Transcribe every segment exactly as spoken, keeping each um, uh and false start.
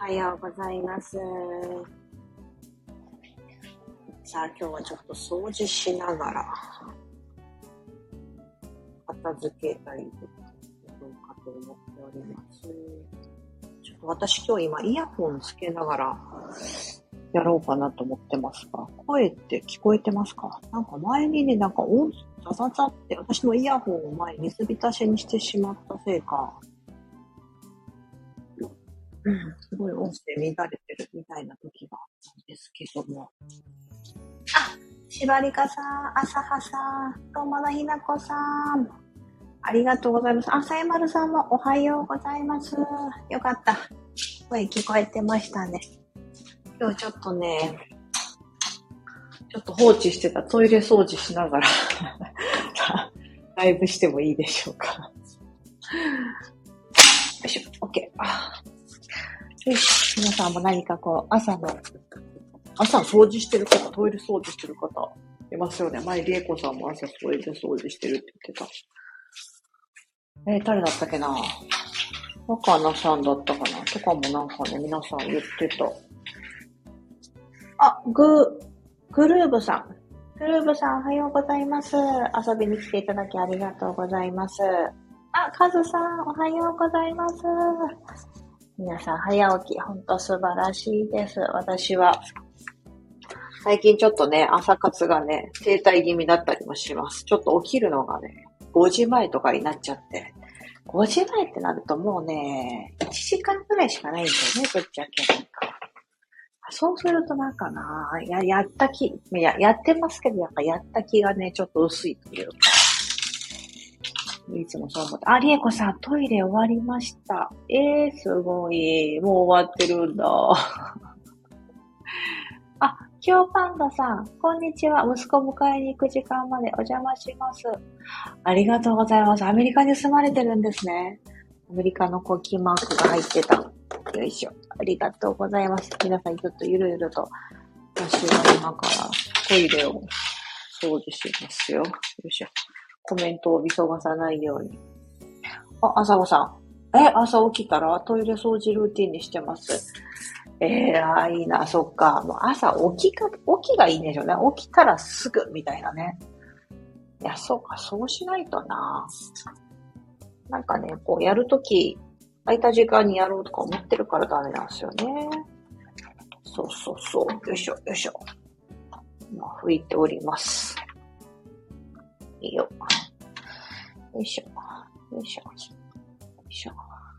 はようございます。さあ、今日はちょっと掃除しながら片付けたりとかどうかと思っております。ちょっと私今日今イヤホンつけながらやろうかなと思ってますが、声って聞こえてますか？なんか前にね、なんか音ザザザって私のイヤホンを前に水浸しにしてしまったせいか、うん、すごい音声乱れてるみたいな時があったんですけども。あ、しばりかさん、あさはさん、とものひなこさん、ありがとうございます。あ、さやまるさんもおはようございます。よかった。声聞こえてましたね。今日ちょっとね、ちょっと放置してたトイレ掃除しながらライブしてもいいでしょうか。よいしょ、OK。よし、皆さんも何かこう、朝の、朝掃除してる方、トイレ掃除してる方、いますよね。前、りえこさんも朝トイレ掃除してるって言ってた。えー、誰だったっけな？若菜さんだったかなとかもなんかね、皆さん言ってた。あ、グ、グルーブさん。グルーブさんおはようございます。遊びに来ていただきありがとうございます。あ、カズさんおはようございます。皆さん早起き、ほんと素晴らしいです。私は、最近ちょっとね、朝活がね、停滞気味だったりもします。ちょっと起きるのがね、ごじまえとかになっちゃって。ごじまえってなるともうね、いちじかんくらいしかないんですよね、ぶっちゃけなんか。そうするとなんかな、や、やった気、や、やってますけど、やっぱやった気がね、ちょっと薄いというか。いつもそう思って。あ、りえこさん、トイレ終わりました。えー、すごい。もう終わってるんだ。あ、キヨパンダさん、こんにちは。息子迎えに行く時間までお邪魔します。ありがとうございます。アメリカに住まれてるんですね。アメリカの国旗マークが入ってた。よいしょ。ありがとうございます。皆さんちょっとゆるゆると、私は今からトイレを掃除しますよ。よいしょ。コメントを急がさないように。あ、朝子さん。え、朝起きたらトイレ掃除ルーティンにしてます。えー、あーいいな、そっか。もう朝起きか、起きがいいんでしょうね。起きたらすぐ、みたいなね。いや、そうか、そうしないとな。なんかね、こうやるとき、空いた時間にやろうとか思ってるからダメなんですよね。そうそうそう。よいしょ、よいしょ。今拭いております。いいよ。よいしょ。よいしょ。よいしょ。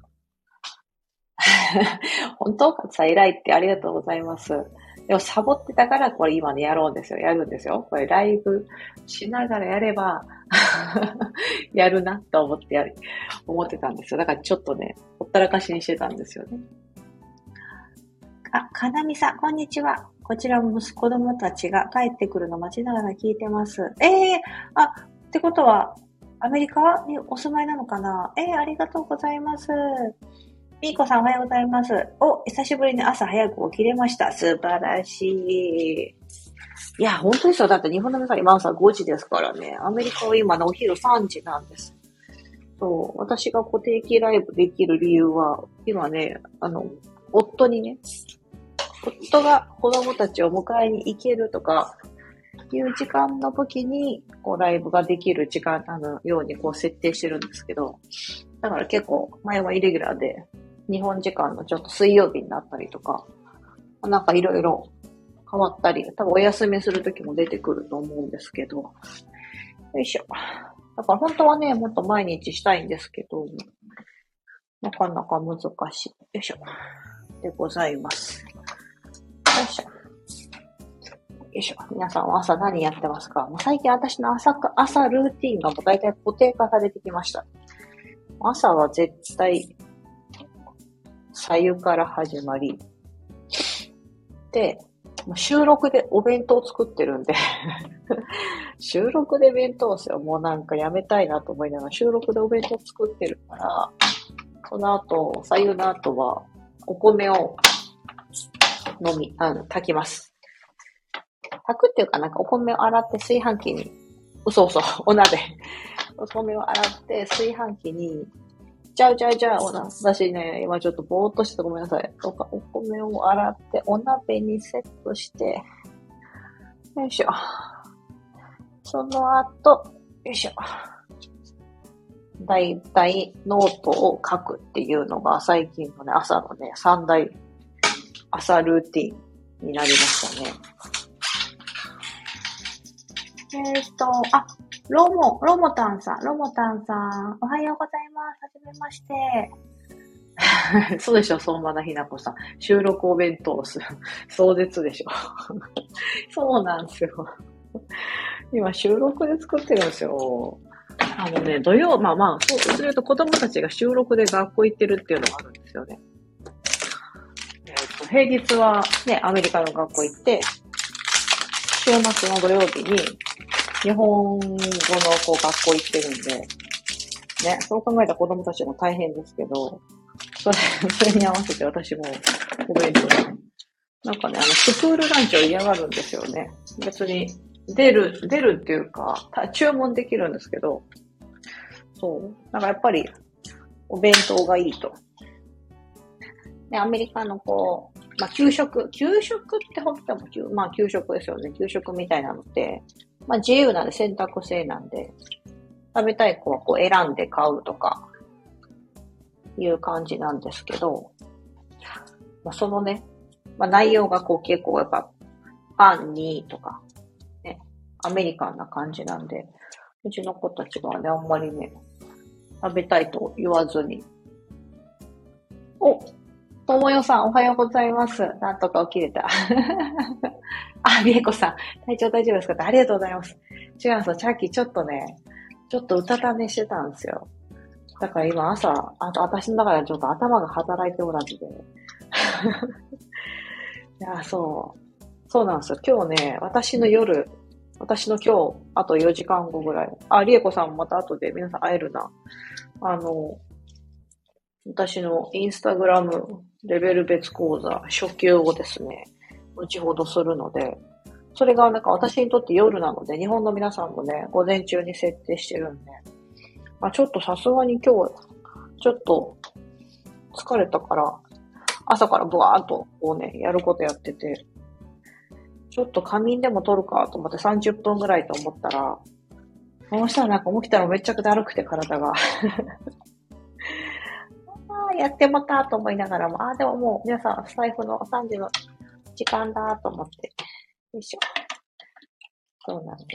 本当かさ、偉いってありがとうございます。でもサボってたからこれ今ねやろうんですよ。やるんですよ。これライブしながらやればやるなと思ってやる、思ってたんですよ。だからちょっとね、ほったらかしにしてたんですよね。あ、かなみさん、こんにちは。こちらも息子供たちが帰ってくるのを待ちながら聞いてます。ええー、あ、ってことは、アメリカにお住まいなのかな？ええー、ありがとうございます。みーこさんおはようございます。お、久しぶりに朝早く起きれました。素晴らしい。いや、本当ですよ。だって日本の皆さん今朝ごじですからね。アメリカは今のお昼さんじなんです。そう、私が固定期ライブできる理由は、今ね、あの、夫にね、夫が子供たちを迎えに行けるとか、いう時間の時に、こう、ライブができる時間のようにこう設定してるんですけど、だから結構前はイレギュラーで、日本時間のちょっと水曜日になったりとか、なんかいろいろ変わったり、多分お休みする時も出てくると思うんですけど、よいしょ。だから本当はね、もっと毎日したいんですけど、なかなか難しい。よいしょ。でございます。よいしょ。よいしょ。皆さんは朝何やってますか？もう最近私の朝か、朝ルーティンがもう大体固定化されてきました。朝は絶対、白湯から始まり、で、収録でお弁当作ってるんで収録で弁当ですよ。もうなんかやめたいなと思いながら収録でお弁当作ってるから、その後、白湯の後はお米を飲み、あの、炊きます。炊くっていうかなんかお米を洗って炊飯器に、嘘嘘、お鍋。お米を洗って炊飯器にちゃうちゃうちゃう。私ね、今ちょっとぼーっとしててごめんなさい。おかお米を洗って、お鍋にセットして、よいしょ。その後、よいしょ。だいたいノートを書くっていうのが最近のね、朝のね、三大朝ルーティンになりましたね。えーっと、あ、ロモ、ロモタンさん、ロモタンさん、おはようございます。はじめまして。そうでしょ、相馬田ひなこさん。収録お弁当をする。壮絶でしょ。そうなんですよ。今収録で作ってるんですよ。あのね、土曜、まあまあ、そうすると子供たちが収録で学校行ってるっていうのがあるんですよね。えー、と平日はね、アメリカの学校行って、週末の土曜日に日本語のこう学校行ってるんで、ね、そう考えたら子供たちも大変ですけど、それ、それに合わせて私もお勉強ね。なんかね、あの、スクールランチを嫌がるんですよね。別に、出る、出るっていうか、注文できるんですけど、そう。なんかやっぱり、お弁当がいいと。で、アメリカのこう、まあ、給食、給食ってほんとでも、まあ、給食ですよね。給食みたいなのって、まあ、自由なんで選択制なんで、食べたい子はこう選んで買うとか、いう感じなんですけど、まあ、そのね、まあ、内容がこう結構やっぱ、パンにとか、ね、アメリカンな感じなんで、うちの子たちはね、あんまりね、食べたいと言わずに。お、ともよさん、おはようございます。なんとか起きれた。あ、りえこさん、体調大丈夫ですかって、ありがとうございます。違うんですよ、チャッキーちょっとね、ちょっとうたた寝してたんですよ。だから今朝、あと私の中でちょっと頭が働いておらずで。いや、そう。そうなんですよ。今日ね、私の夜、私の今日、あとよじかんごぐらい。あ、りえこさんもまた後で皆さん会えるな。あの、私のインスタグラムレベル別講座初級をですね、後ほどするので、それがなんか私にとって夜なので、日本の皆さんもね、午前中に設定してるんで、まあ、ちょっとさすがに今日、ちょっと疲れたから、朝からブワーっとこうね、やることやってて、ちょっと仮眠でも取るかと思ってさんじゅっぷんぐらいと思ったら、そうしたらなんか起きたらめっちゃくだるくて体が。あやってもたと思いながらも、ああ、でももう皆さん財布のさんじの時間だと思って。よいしょ。そうなんです。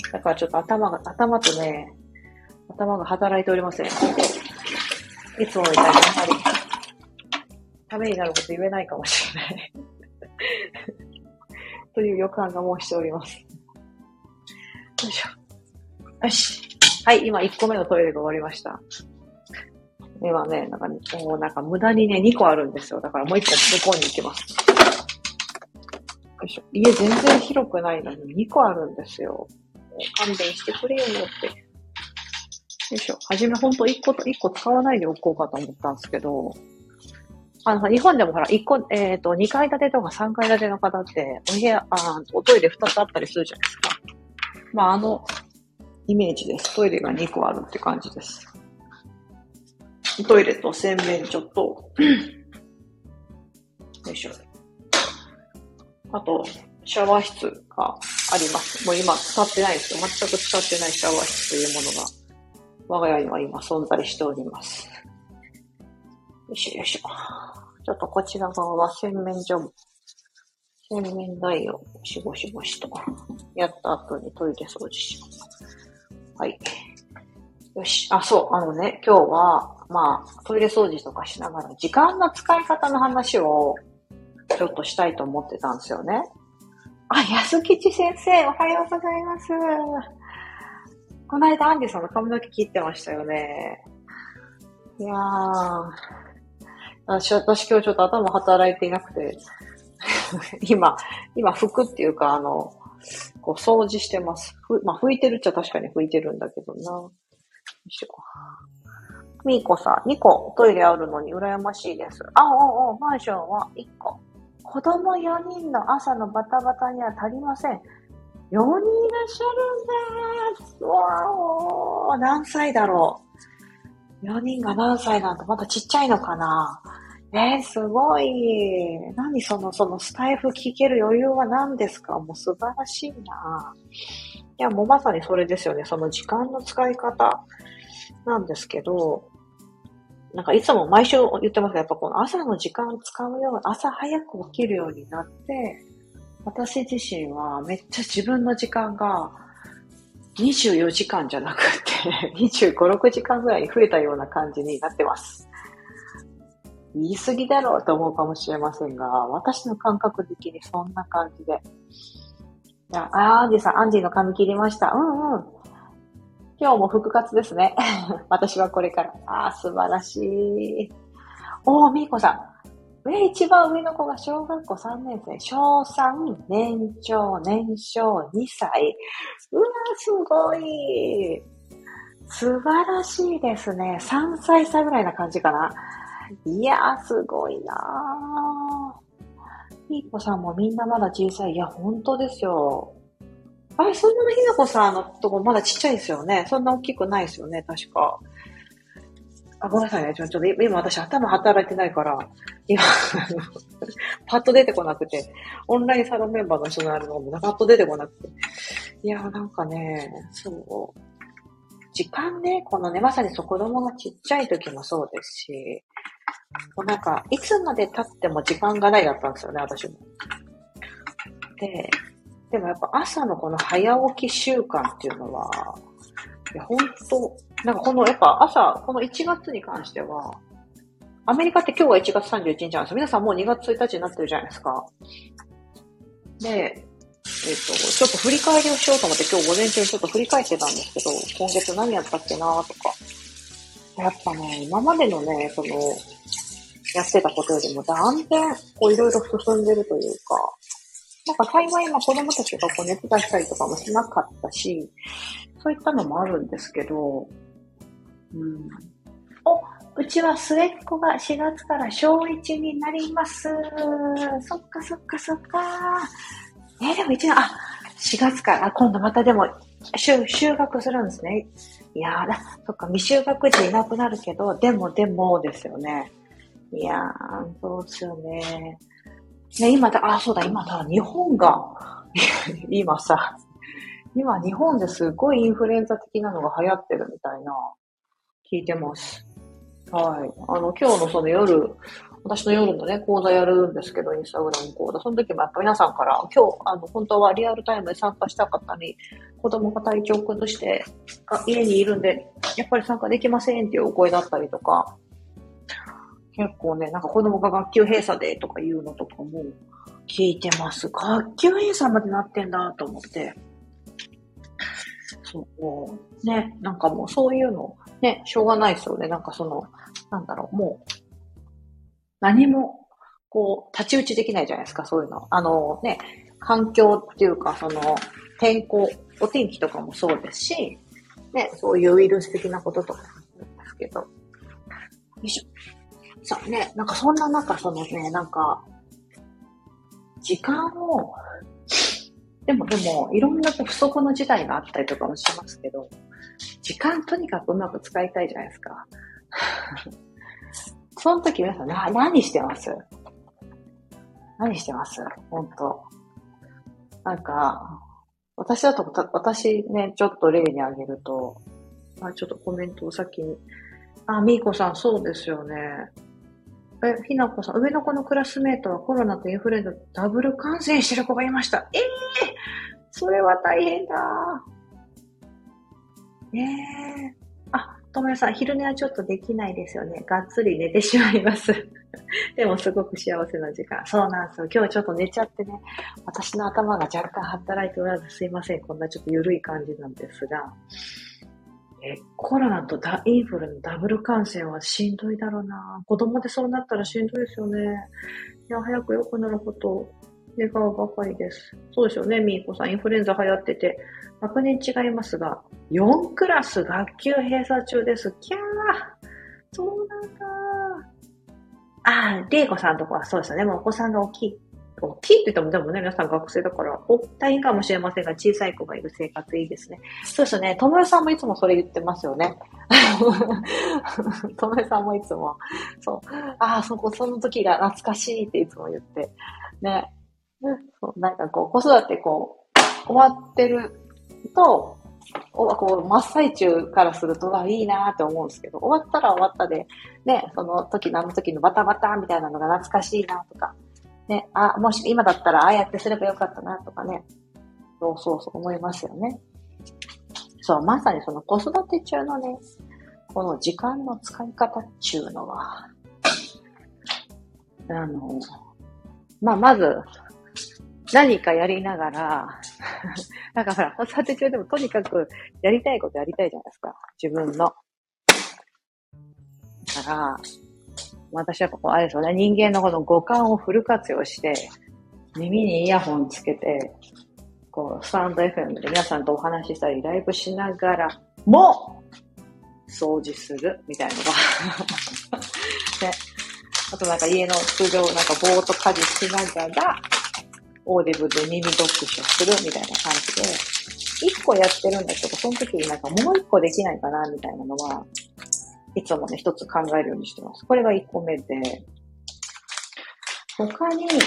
だからちょっと頭が、頭とね、頭が働いておりません。いつもみたいにあんまりためになること言えないかもしれない。という予感がもうしております。よいしょ。よし。はい、今いっこめのトイレが終わりました。今ね、なんか、もうなんか無駄にね、にこあるんですよ。だからもういっこ向こうに行きます。よいしょ。家全然広くないのににこあるんですよ。勘弁してくれよって。よいしょ。はじめほんといっこといっこ使わないでおこうかと思ったんですけど、あの、日本でもほら、いっこ、えっと、にかい建てとかさんかい建ての方って、お部屋、あ、おトイレふたつあったりするじゃないですか。まあ、あの、イメージです。トイレがにこあるって感じです。トイレと洗面所と、よいしょ。あと、シャワー室があります。もう今使ってないですよ。全く使ってないシャワー室というものが、我が家には今存在しております。よいしょよいしょ。ちょっとこちら側は洗面所も、洗面台をしごしごしとやった後にトイレ掃除します。はい。よし。あ、そう。あのね、今日は、まあ、トイレ掃除とかしながら、時間の使い方の話を、ちょっとしたいと思ってたんですよね。あ、安吉先生、おはようございます。この間、アンディさんの髪の毛切ってましたよね。いやー、私、私今日ちょっと頭働いていなくて、今、今拭くっていうか、あの、こう掃除してます。ふまあ、拭いてるっちゃ確かに拭いてるんだけどな。よいしょ。みーこさん、にこトイレあるのに羨ましいです。あ、おお、マンションはいっこ。子供よにんの朝のバタバタには足りません。よにんいらっしゃるんです。わーお、何歳だろよにんが何歳なんてまだちっちゃいのかな。えー、すごい。何その、そのスタイフ聞ける余裕は何ですか？もう素晴らしいな。いや、もうまさにそれですよね。その時間の使い方なんですけど、なんかいつも毎週言ってますけど、やっぱこの朝の時間を使うように、朝早く起きるようになって、私自身はめっちゃ自分の時間がにじゅうよじかんじゃなくてにじゅうご、ろくじかんぐらいに増えたような感じになってます。言い過ぎだろうと思うかもしれませんが、私の感覚的にそんな感じで。あ、アンディさん、アンディの髪切りました。うんうん。今日も復活ですね。私はこれから。あー、素晴らしい。おー、みーこさん。え、一番上の子が小学校さんねん生。小さん、年長、年少、にさい。うわー、すごい。素晴らしいですね。さんさい差ぐらいな感じかな。いやー、すごいなー。みーこさんもみんなまだ小さい。いや、本当ですよ。あれ、そんなのひなこさんのとこまだちっちゃいですよね。そんな大きくないですよね、確か。あ、ごめんなさいね。ちょ、ちょっと今私頭働いてないから、今、パッと出てこなくて、オンラインサロンメンバーの人のあるのもパッと出てこなくて。いやーなんかね、そう。時間ね、このね、まさにそう子供がちっちゃい時もそうですし、もうなんか、いつまで経っても時間がないだったんですよね、私も。で、でもやっぱ朝のこの早起き習慣っていうのは、いや、ほんと、なんかこのやっぱ朝、このいちがつに関しては、アメリカって今日がいちがつさんじゅういちにちなんですよ。皆さんもうにがつついたちになってるじゃないですか。で、えっと、ちょっと振り返りをしようと思って今日午前中にちょっと振り返ってたんですけど、今月何やったっけなとか。やっぱね、今までのね、その、やってたことよりも断然、こういろいろ進んでるというか、なんか幸い今子供たちがこう熱出したりとかもしなかったし、そういったのもあるんですけど、うん。お、うちは末っ子がしがつからしょういちになります。そっかそっかそっか。えー、でもいちねん、あ、しがつから、あ、今度またでも、就、就学するんですね。いやー、そっか、未就学児いなくなるけど、でもでもですよね。いやー、そうですよね。ね、今だ、あ、そうだ、今だ、日本が、今さ、今日本ですごいインフルエンザ的なのが流行ってるみたいな、聞いてます。はい。あの、今日のその夜、私の夜のね、講座やるんですけど、インスタグラム講座。その時もやっぱ皆さんから、今日、あの、本当はリアルタイムで参加したかったのに、子供が体調を崩して、あ家にいるんで、やっぱり参加できませんっていうお声だったりとか、結構ね、なんか子供が学級閉鎖でとかいうのとかも聞いてます。学級閉鎖までなってんだと思って。そう。ね、なんかもうそういうの、ね、しょうがないですよね。なんかその、なんだろう、もう、何も、こう、太刀打ちできないじゃないですか、そういうの。あのね、環境っていうか、その、天候、お天気とかもそうですし、ね、そういうウイルス的なこととかもそうですけど。よいしょ。そうね、なんかそんな中、そのね、なんか、時間を、でもでも、いろんな不足の事態があったりとかもしますけど、時間とにかくうまく使いたいじゃないですか。その時皆さんな、何してます何してます本当。なんか、私だと、私ね、ちょっと例に挙げると、あ、ちょっとコメントを先に。あ、みーこさん、そうですよね。え、ひなこさん、上の子のクラスメートはコロナとインフルエンザダブル感染してる子がいました。ええー、それは大変だ。ええー。あ、ともやさん、昼寝はちょっとできないですよね。がっつり寝てしまいます。でもすごく幸せな時間。そうなんですよ。今日ちょっと寝ちゃってね、私の頭が若干働いておらずすいません。こんなちょっと緩い感じなんですが、え、コロナとダインフルのダブル感染はしんどいだろうな。子供でそうなったらしんどいですよね。いや、早く良くなることを願うばかりです。そうですよね、みーこさん。インフルエンザ流行ってて、学年違いますが、よんクラス学級閉鎖中です。キャーそうなんだ。ああ、れいこさんとかはそうですよね。もうお子さんが大きい大きいって言ってもでもね、皆さん学生だから、お大変かもしれませんが、小さい子がいる生活いいですね。そうですね。ともえさんもいつもそれ言ってますよね。ともえさんもいつも、そう、ああ、そこ、その時が懐かしいっていつも言って。ね。そう、なんかこう、子育てこう、終わってると、おこう真っ最中からすると、あ、いいなーって思うんですけど、終わったら終わったで、ね、その時のあの時のバタバタみたいなのが懐かしいなとか、ね、あ、もし今だったらああやってすればよかったなとかね、そうそうそう思いますよね。そう、まさにその子育て中のね、この時間の使い方っていうのは、あの、まあ、まず、何かやりながら、なんかほら、子育て中でもとにかくやりたいことやりたいじゃないですか。自分の。だから、私はこう、あれですよね、人間のこの五感をフル活用して、耳にイヤホンつけて、こう、スタンド エフエム で皆さんとお話ししたり、ライブしながらも、掃除する、みたいなのが、ね。あとなんか家の通常、なんかぼーっと家事しながら、オーディブルで耳読書するみたいな感じで、一個やってるんだけど、その時になんかもう一個できないかな、みたいなのは、いつもね、一つ考えるようにしてます。これが一個目で、他に、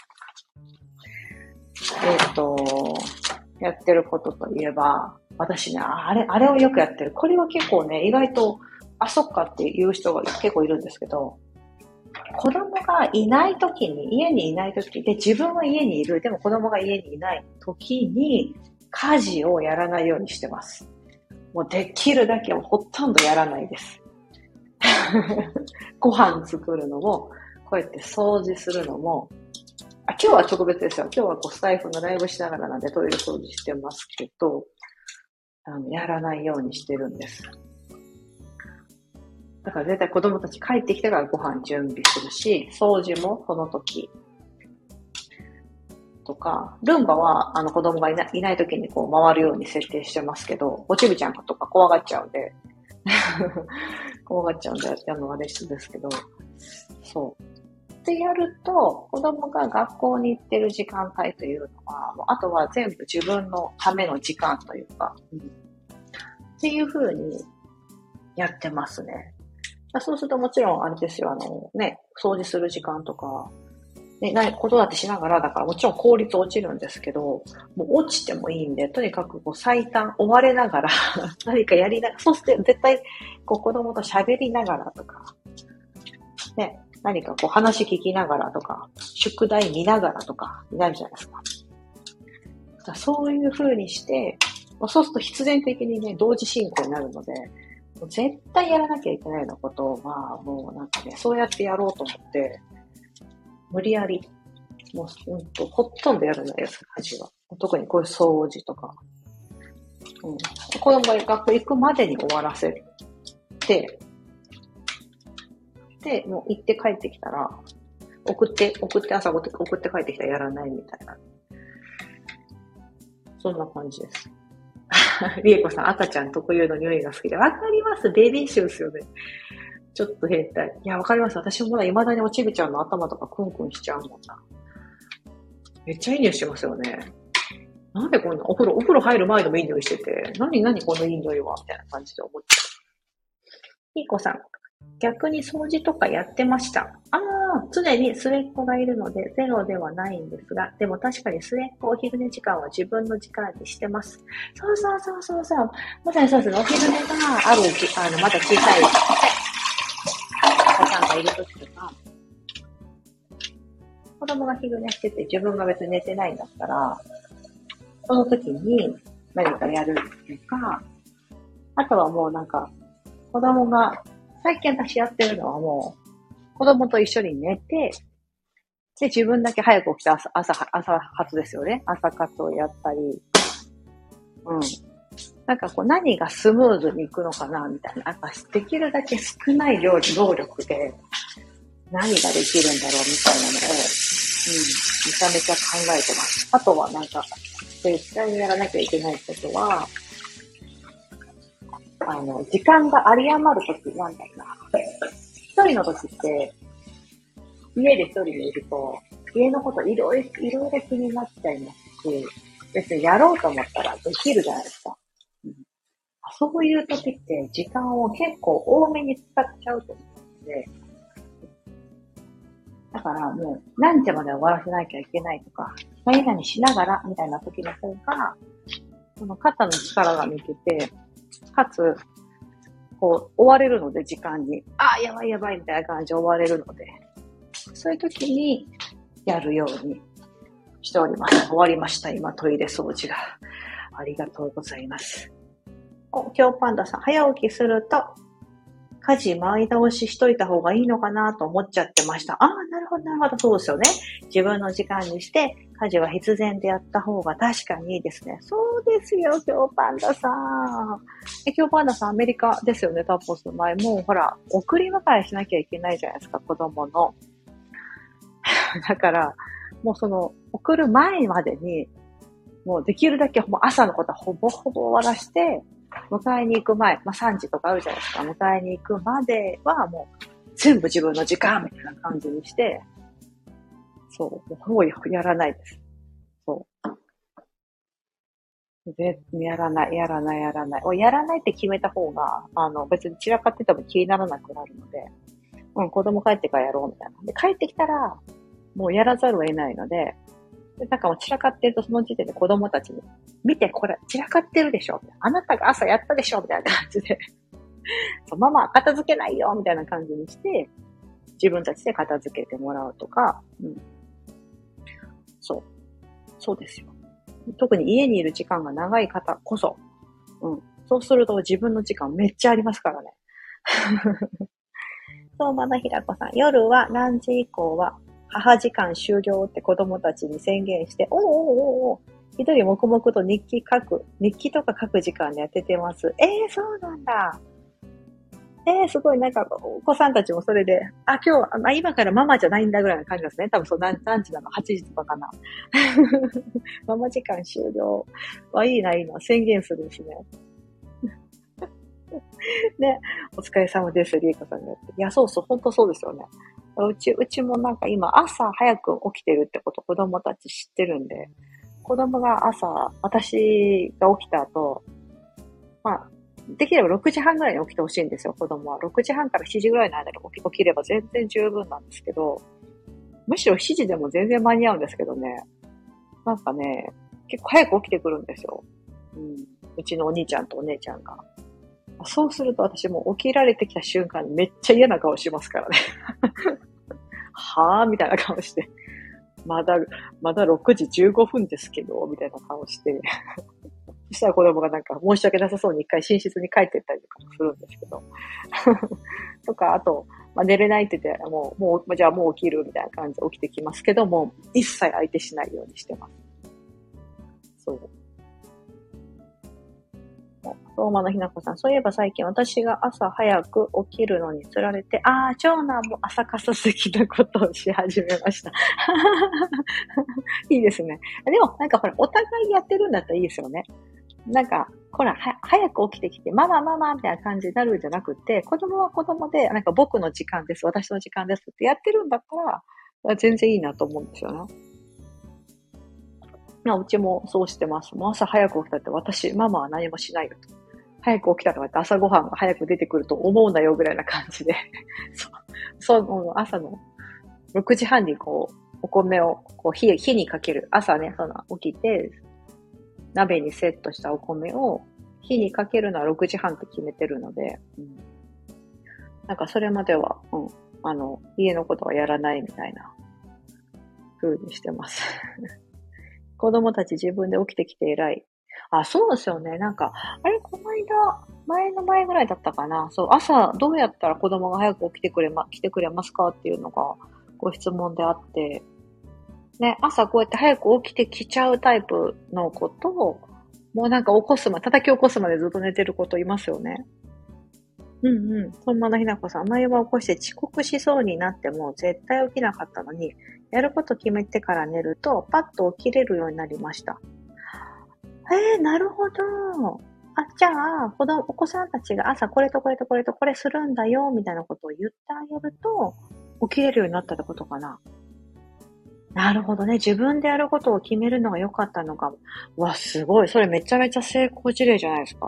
えっと、やってることといえば、私ね、あれ、あれをよくやってる。これは結構ね、意外と、あ、そっかっていう人が結構いるんですけど、子供がいない時に、家にいない時で、自分は家にいる、でも子供が家にいない時に、家事をやらないようにしてます。もうできるだけほとんどやらないです。ご飯作るのも、こうやって掃除するのも、あ、今日は特別ですよ。今日はこうスタイフのライブしながらなんでトイレ掃除してますけど、あの、やらないようにしてるんです。だから絶対子供たち帰ってきてからご飯準備するし、掃除もこの時。とか、ルンバはあの子供がいない、いない時にこう回るように設定してますけど、おちびちゃんとか怖がっちゃうんで、怖がっちゃうんでやるのはレッスンですけど、そう。ってやると、子供が学校に行ってる時間帯というのは、もうあとは全部自分のための時間というか、うん、っていう風にやってますね。そうするともちろんあれですよ、あのね、掃除する時間とか、ね、子育てしながらだからもちろん効率落ちるんですけど、もう落ちてもいいんで、とにかくこう最短追われながら何かやりながら、そして絶対こう子供と喋りながらとか、ね、何かこう話聞きながらとか、宿題見ながらとかになるじゃないですか。だからそういう風にして、そうすると必然的にね、同時進行になるので、絶対やらなきゃいけないようなことは、もうなんかね、そうやってやろうと思って、無理やり、もうほんと、ほとんどやるんです、家事は。特にこういう掃除とか。うん、子供が学校行くまでに終わらせて、で、もう行って帰ってきたら、送って、送って朝送って送って帰ってきたらやらないみたいな。そんな感じです。りえこさん、赤ちゃん特有の匂いが好きで。わかります。ベビー臭ですよね。ちょっと変態。いや、わかります。私もまだ未だにおちびちゃんの頭とかクンクンしちゃうもんな。めっちゃいい匂いしてますよね。なんでこんな、お風呂、お風呂入る前でもいい匂いしてて、何何このいい匂いはみたいな感じで思っちゃう。りえこさん、逆に掃除とかやってました。ああ、常に末っ子がいるのでゼロではないんですが、でも確かに末っ子お昼寝時間は自分の時間にしてます。そうそうそうそうそう。まさにそうですね。お昼寝がある時間のまだ小さいお子さんがいるときとか、子供が昼寝してて自分が別に寝てないんだったら、その時に何かやるとか、あとはもうなんか、子供が、最近私やってるのはもう、子供と一緒に寝て、で、自分だけ早く起きて朝、朝、朝活ですよね。朝活をやったり、うん。なんかこう何がスムーズにいくのかな、みたいな。なんかできるだけ少ない量、労力で何ができるんだろう、みたいなのを、うん、めちゃめちゃ考えてます。あとはなんか、絶対にやらなきゃいけないことは、あの、時間が有り余るときなんだろうな。一人のときって、家で一人でいると、 家のこといろいろ、いろいろ気になっちゃいますし、別にやろうと思ったらできるじゃないですか。うん、そういう時って時間を結構多めに使っちゃうと思うので、だからもう何時まで終わらせなきゃいけないとか、何々しながらみたいな時の方が、その肩の力が抜けて、かつ、こう、追われるので、時間に。あ、やばいやばいみたいな感じで追われるので、そういう時にやるようにしております。終わりました。今、トイレ掃除が。ありがとうございます。お、今日パンダさん、早起きすると、家事前倒ししといた方がいいのかなと思っちゃってました。ああ、なるほど、なるほど。そうですよね。自分の時間にして、家事は必然でやった方が確かにいいですね。そうですよ、今日パンダさん。え、今日パンダさん、アメリカですよね、タッポスの前。もうほら、送り迎えしなきゃいけないじゃないですか、子供の。だから、もうその、送る前までに、もうできるだけもう朝のことはほぼほぼ終わらして、迎えに行く前、まあさんじとかあるじゃないですか。迎えに行くまではもう全部自分の時間みたいな感じにして、そう、もうほぼやらないです。そう。で、やらない、やらない、やらない。やらないって決めた方が、あの、別に散らかってても気にならなくなるので、うん、子供帰ってからやろうみたいな。で、帰ってきたら、もうやらざるを得ないので、でなんかもう散らかってるとその時点で子供たちに、見てこれ散らかってるでしょみたいな。あなたが朝やったでしょみたいな感じで。そうママ片付けないよみたいな感じにして、自分たちで片付けてもらうとか、うん。そう。そうですよ。特に家にいる時間が長い方こそ、うん。そうすると自分の時間めっちゃありますからね。そう、まだひらこさん。夜は何時以降は母時間終了って子供たちに宣言して、おーおーおーおー一人黙々と日記書く、日記とか書く時間でやっててます。えー、そうなんだ。えー、すごいなんか、お子さんたちもそれで、あ、今日、まあ、今からママじゃないんだぐらいの感じですね。多分そう、何, 何時なの ?はち 時とかかな。ママ時間終了。あ、いいな、いいな。宣言するんですね。ね、お疲れ様です、リエカさんがやって。いや、そうそう、ほんとそうですよね。うち、うちもなんか今、朝早く起きてるってこと子供たち知ってるんで、子供が朝、私が起きた後、まあ、できればろくじはんぐらいに起きてほしいんですよ、子供は。ろくじはんからしちじぐらいの間に起き、起きれば全然十分なんですけど、むしろしちじでも全然間に合うんですけどね。なんかね、結構早く起きてくるんですよ。うん。うちのお兄ちゃんとお姉ちゃんが。そうすると私も起きられてきた瞬間にめっちゃ嫌な顔しますからね。はぁみたいな顔して。まだ、まだろくじじゅうごふんですけど、みたいな顔して。そしたら子供がなんか申し訳なさそうに一回寝室に帰ってったりとかするんですけど。とか、あと、まあ、寝れないって言って、もう、もう、じゃあもう起きるみたいな感じで起きてきますけども、一切相手しないようにしてます。そう。相馬のひなこさん、そういえば最近私が朝早く起きるのにつられて、ああ、長男も朝活好きなことをし始めました。いいですね。でも、なんかほら、お互いやってるんだったらいいですよね。なんか、ほら、は、早く起きてきて、ママママみたいな感じになるんじゃなくて、子供は子供で、なんか僕の時間です、私の時間ですってやってるんだったら、全然いいなと思うんですよね。まあ、うちもそうしてます。もう朝早く起きたって私、ママは何もしないよと。早く起きたとかって朝ごはんが早く出てくると思うんだよぐらいな感じで。そう、そう、朝のろくじはんにこう、お米をこう火、火にかける。朝ね、その起きて、鍋にセットしたお米を火にかけるのはろくじはんって決めてるので、うん、なんかそれまでは、うん、あの、家のことはやらないみたいな風にしてます。子供たち自分で起きてきて偉い。あ、そうですよね。なんか、あれ、この間、前の前ぐらいだったかな。そう、朝どうやったら子供が早く起きてくれま、来てくれますかっていうのがご質問であって、ね、朝こうやって早く起きてきちゃうタイプの子と、もうなんか起こすま、叩き起こすまでずっと寝てる子といますよね。うんうん。そんなのひなこさん、前は起こして遅刻しそうになっても絶対起きなかったのに、やること決めてから寝ると、パッと起きれるようになりました。えー、なるほど。あ、じゃあ、子供、お子さんたちが朝これとこれとこれとこれするんだよ、みたいなことを言ってあげると、起きれるようになったってことかな。 なるほどね。自分でやることを決めるのが良かったのかも。うわ、すごい。それめちゃめちゃ成功事例じゃないですか。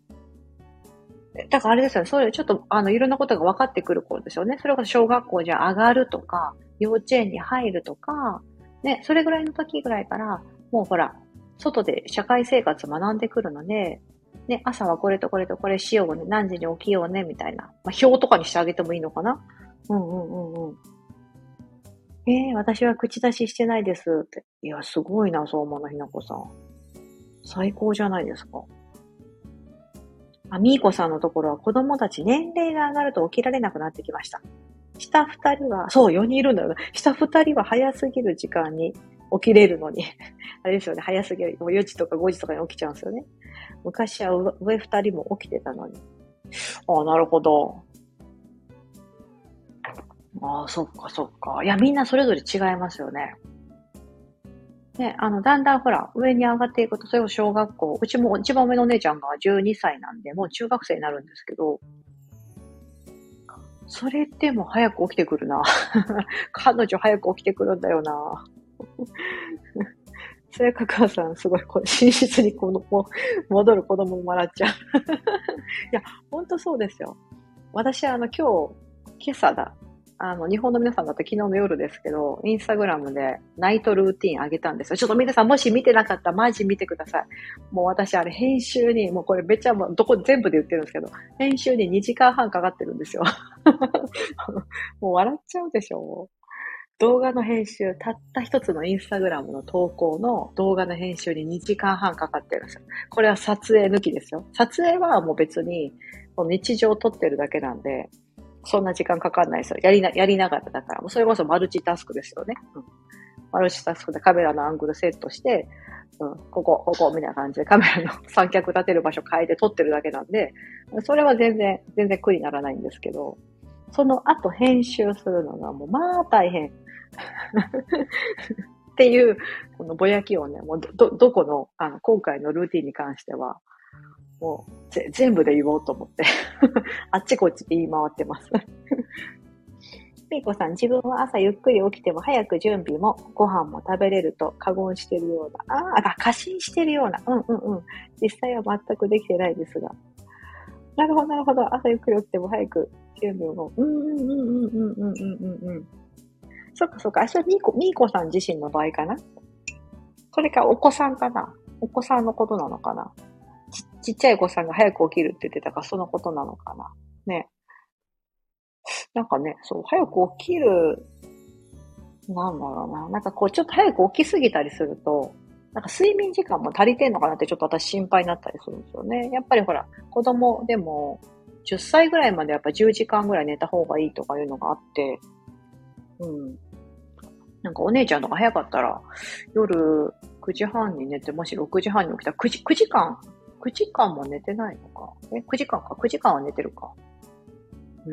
だからあれですよね。それちょっと、あの、いろんなことが分かってくる頃ですよね。それこそ小学校じゃ上がるとか、幼稚園に入るとか、ね、それぐらいの時ぐらいから、もうほら、外で社会生活学んでくるので、ね、朝はこれとこれとこれしようね、何時に起きようね、みたいな。まあ、表とかにしてあげてもいいのかな。うんうんうんうん。えー、私は口出ししてないですって。いや、すごいな、そう思うの、ひなこさん。最高じゃないですか。あ、みーこさんのところは子供たち年齢が上がると起きられなくなってきました。下二人は、そう、よにんいるんだよね。下二人は早すぎる時間に起きれるのに。あれですよね、早すぎる。もうよじとかごじとかに起きちゃうんですよね。昔は上二人も起きてたのに。ああ、なるほど。ああ、そっかそっか。いや、みんなそれぞれ違いますよね。ね、あの、だんだんほら、上に上がっていくと、それこそ小学校、うちも一番上のお姉ちゃんがじゅうにさいなんで、もう中学生になるんですけど、それでも早く起きてくるな。彼女早く起きてくるんだよな。それか母さん、すごい、こう寝室にこの、もう戻る子供も笑っちゃう。いや、ほんとそうですよ。私、あの、今日、今朝だ。あの、日本の皆さんだと昨日の夜ですけど、インスタグラムでナイトルーティン上げたんですよ。ちょっと皆さんもし見てなかったらマジ見てください。もう私あれ編集に、もうこれめっちゃもうどこ全部で言ってるんですけど、編集ににじかんはんかかってるんですよ。もう笑っちゃうでしょ。動画の編集、たった一つのインスタグラムの投稿の動画の編集ににじかんはんかかってるんですよ。これは撮影抜きですよ。撮影はもう別に日常を撮ってるだけなんで、そんな時間かかんないですよ。やりな、やりながらだから。もうそれこそマルチタスクですよね。うん、マルチタスクでカメラのアングルセットして、うん、ここ、ここ、みたいな感じでカメラの三脚立てる場所変えて撮ってるだけなんで、それは全然、全然苦にならないんですけど、その後編集するのがもうまあ大変。っていう、このぼやきをね、もうど、どこの、あの、今回のルーティンに関しては、もう、ぜ、全部で言おうと思って、あっちこっちで言い回ってます。ピーコさん、自分は朝ゆっくり起きても早く準備もご飯も食べれると過言してるような。ああ、過信してるような。うんうんうん。実際は全くできてないですが。なるほど、なるほど。朝ゆっくり起きても早く準備も。うんうんうんうんうんうんうんうんうん。そっかそっか。あ、それミーコ、ミーコさん自身の場合かな。それかお子さんかな。お子さんのことなのかな。ち、ちっちゃいお子さんが早く起きるって言ってたから、そのことなのかな。ね。なんかね、そう、早く起きる、なんだろうな。なんかこう、ちょっと早く起きすぎたりすると、なんか睡眠時間も足りてんのかなってちょっと私心配になったりするんですよね。やっぱりほら、子供でもじゅっさいぐらいまでやっぱじゅうじかんぐらい寝た方がいいとかいうのがあって、うん。なんかお姉ちゃんとか早かったら、夜くじはんに寝て、もしろくじはんに起きたら9時、くじかん ?く 時間も寝てないのか。え、くじかんか。くじかんは寝てるか。うん。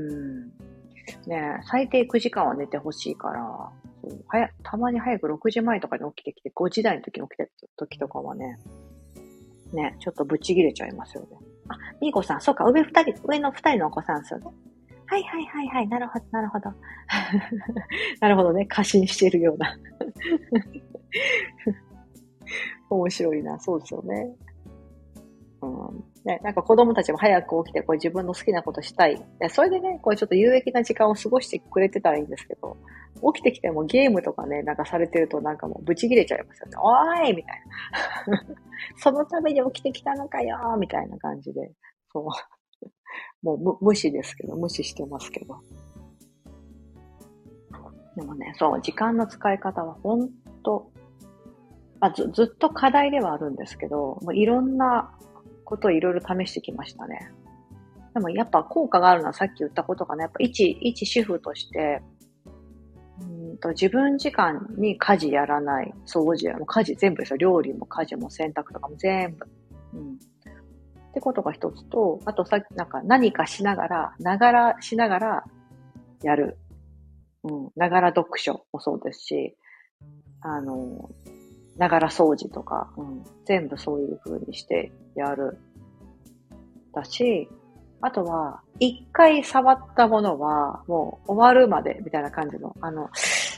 ねえ、最低くじかんは寝てほしいから、そうはや、たまに早くろくじまえとかに起きてきて、ごじ台の時に起きてる時とかはね、ね、ちょっとブチ切れちゃいますよね。あ、みーこさん、そうか、上二人、上の二人のお子さんですよね。はいはいはいはい、なるほど、なるほど。なるほどね、過信してるような。面白いな、そうですよね。うん。ね、なんか子供たちも早く起きて、こう自分の好きなことしたい。いや、それでね、こうちょっと有益な時間を過ごしてくれてたらいいんですけど、起きてきてもゲームとかね、なんかされてるとなんかもうブチ切れちゃいますよね。おーいみたいな。そのために起きてきたのかよーみたいな感じで。そう。もう無無視ですけど、無視してますけど。でもね、そう、時間の使い方はほんと、まあ、ず、ずっと課題ではあるんですけど、もういろんなことをいろいろ試してきましたね。でもやっぱ効果があるのはさっき言ったことかな。やっぱ一、一主婦として、うんと自分時間に家事やらない、掃除や、もう家事全部ですよ。料理も家事も洗濯とかも全部。うん。ってことが一つと、あとさっきなんか何かしながら、ながらしながらやる。うん。ながら読書もそうですし、あの、ながら掃除とか、うん。全部そういう風にしてやる。だし、あとは、一回触ったものは、もう終わるまで、みたいな感じの、あの、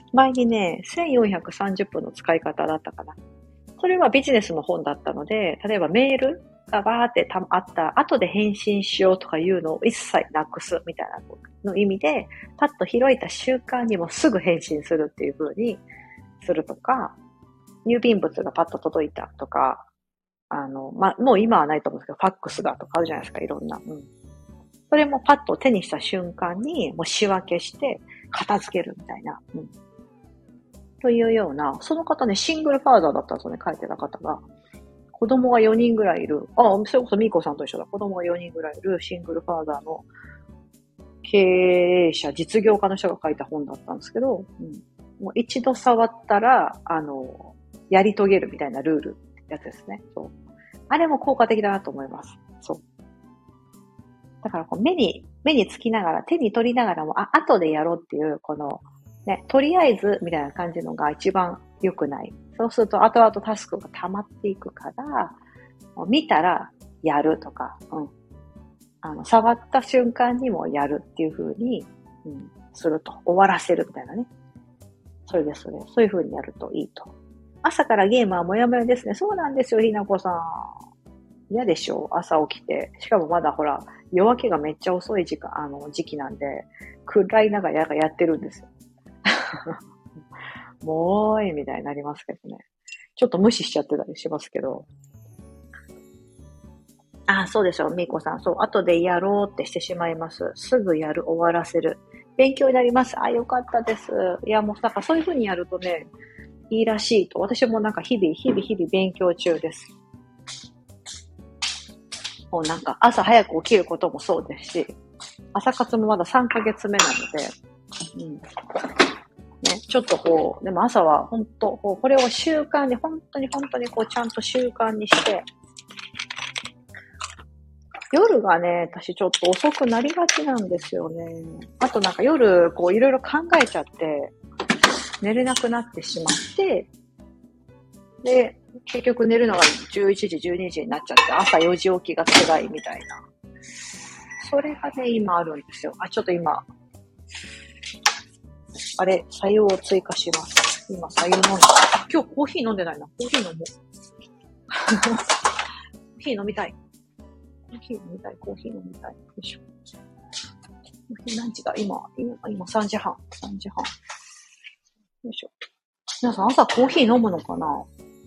前にね、せんよんひゃくさんじゅっぷんの使い方だったかな。それはビジネスの本だったので、例えばメールがバーってたあった後で返信しようとかいうのを一切なくすみたいなの意味で、パッと開いた瞬間にもすぐ返信するっていう風にするとか、郵便物がパッと届いたとか、あの、まあ、もう今はないと思うんですけど、ファックスがとかあるじゃないですか、いろんな。うん。それもパッと手にした瞬間にもう仕分けして片付けるみたいな。うん。というような、その方ね、シングルファーザーだったんですよね、書いてた方が。子供がよにんぐらいいる。あ、それこそミーコさんと一緒だ。子供がよにんぐらいいるシングルファーザーの経営者、実業家の人が書いた本だったんですけど、うん、もう一度触ったら、あの、やり遂げるみたいなルールってやつですね。そう。あれも効果的だなと思います。そう。だからこう目に、目につきながら、手に取りながらも、あ、後でやろうっていう、この、ね、とりあえずみたいな感じのが一番良くない。そうすると後々タスクが溜まっていくから、見たらやるとか、うん。あの、触った瞬間にもやるっていう風に、うん、すると。終わらせるみたいなね。それですね。そういう風にやるといいと。朝からゲームはもやもやですね。そうなんですよ、ひなこさん。嫌でしょ朝起きて。しかもまだほら、夜明けがめっちゃ遅い時間、あの、時期なんで、暗い中ややってるんですよ。もうーい、みたいになりますけどね。ちょっと無視しちゃってたりしますけど。あ、そうでしょ、みーこさん。そう、後でやろうってしてしまいます。すぐやる、終わらせる。勉強になります。あ、よかったです。いや、もうなんかそういう風にやるとね、いいらしいと。私もなんか日々、日々、日々勉強中です。もうなんか朝早く起きることもそうですし、朝活もまださんかげつめなので、うん。ね、ちょっとこう、でも朝は本当、こう、これを習慣に、本当に本当にこう、ちゃんと習慣にして、夜がね、私ちょっと遅くなりがちなんですよね。あとなんか夜、こう、いろいろ考えちゃって、寝れなくなってしまって、で、結局寝るのがじゅういちじ、じゅうにじになっちゃって、朝よじ起きが辛いみたいな。それがね、今あるんですよ。あ、ちょっと今、あれ、白湯を追加します。今、白湯飲んで、今日コーヒー飲んでないな。コーヒー飲もう。コーヒー飲みたい。コーヒー飲みたい、コーヒー飲みたい。よいしょ。コーヒー何時だ今、今、今さんじはん。さんじはん。よいしょ。皆さん朝コーヒー飲むのかな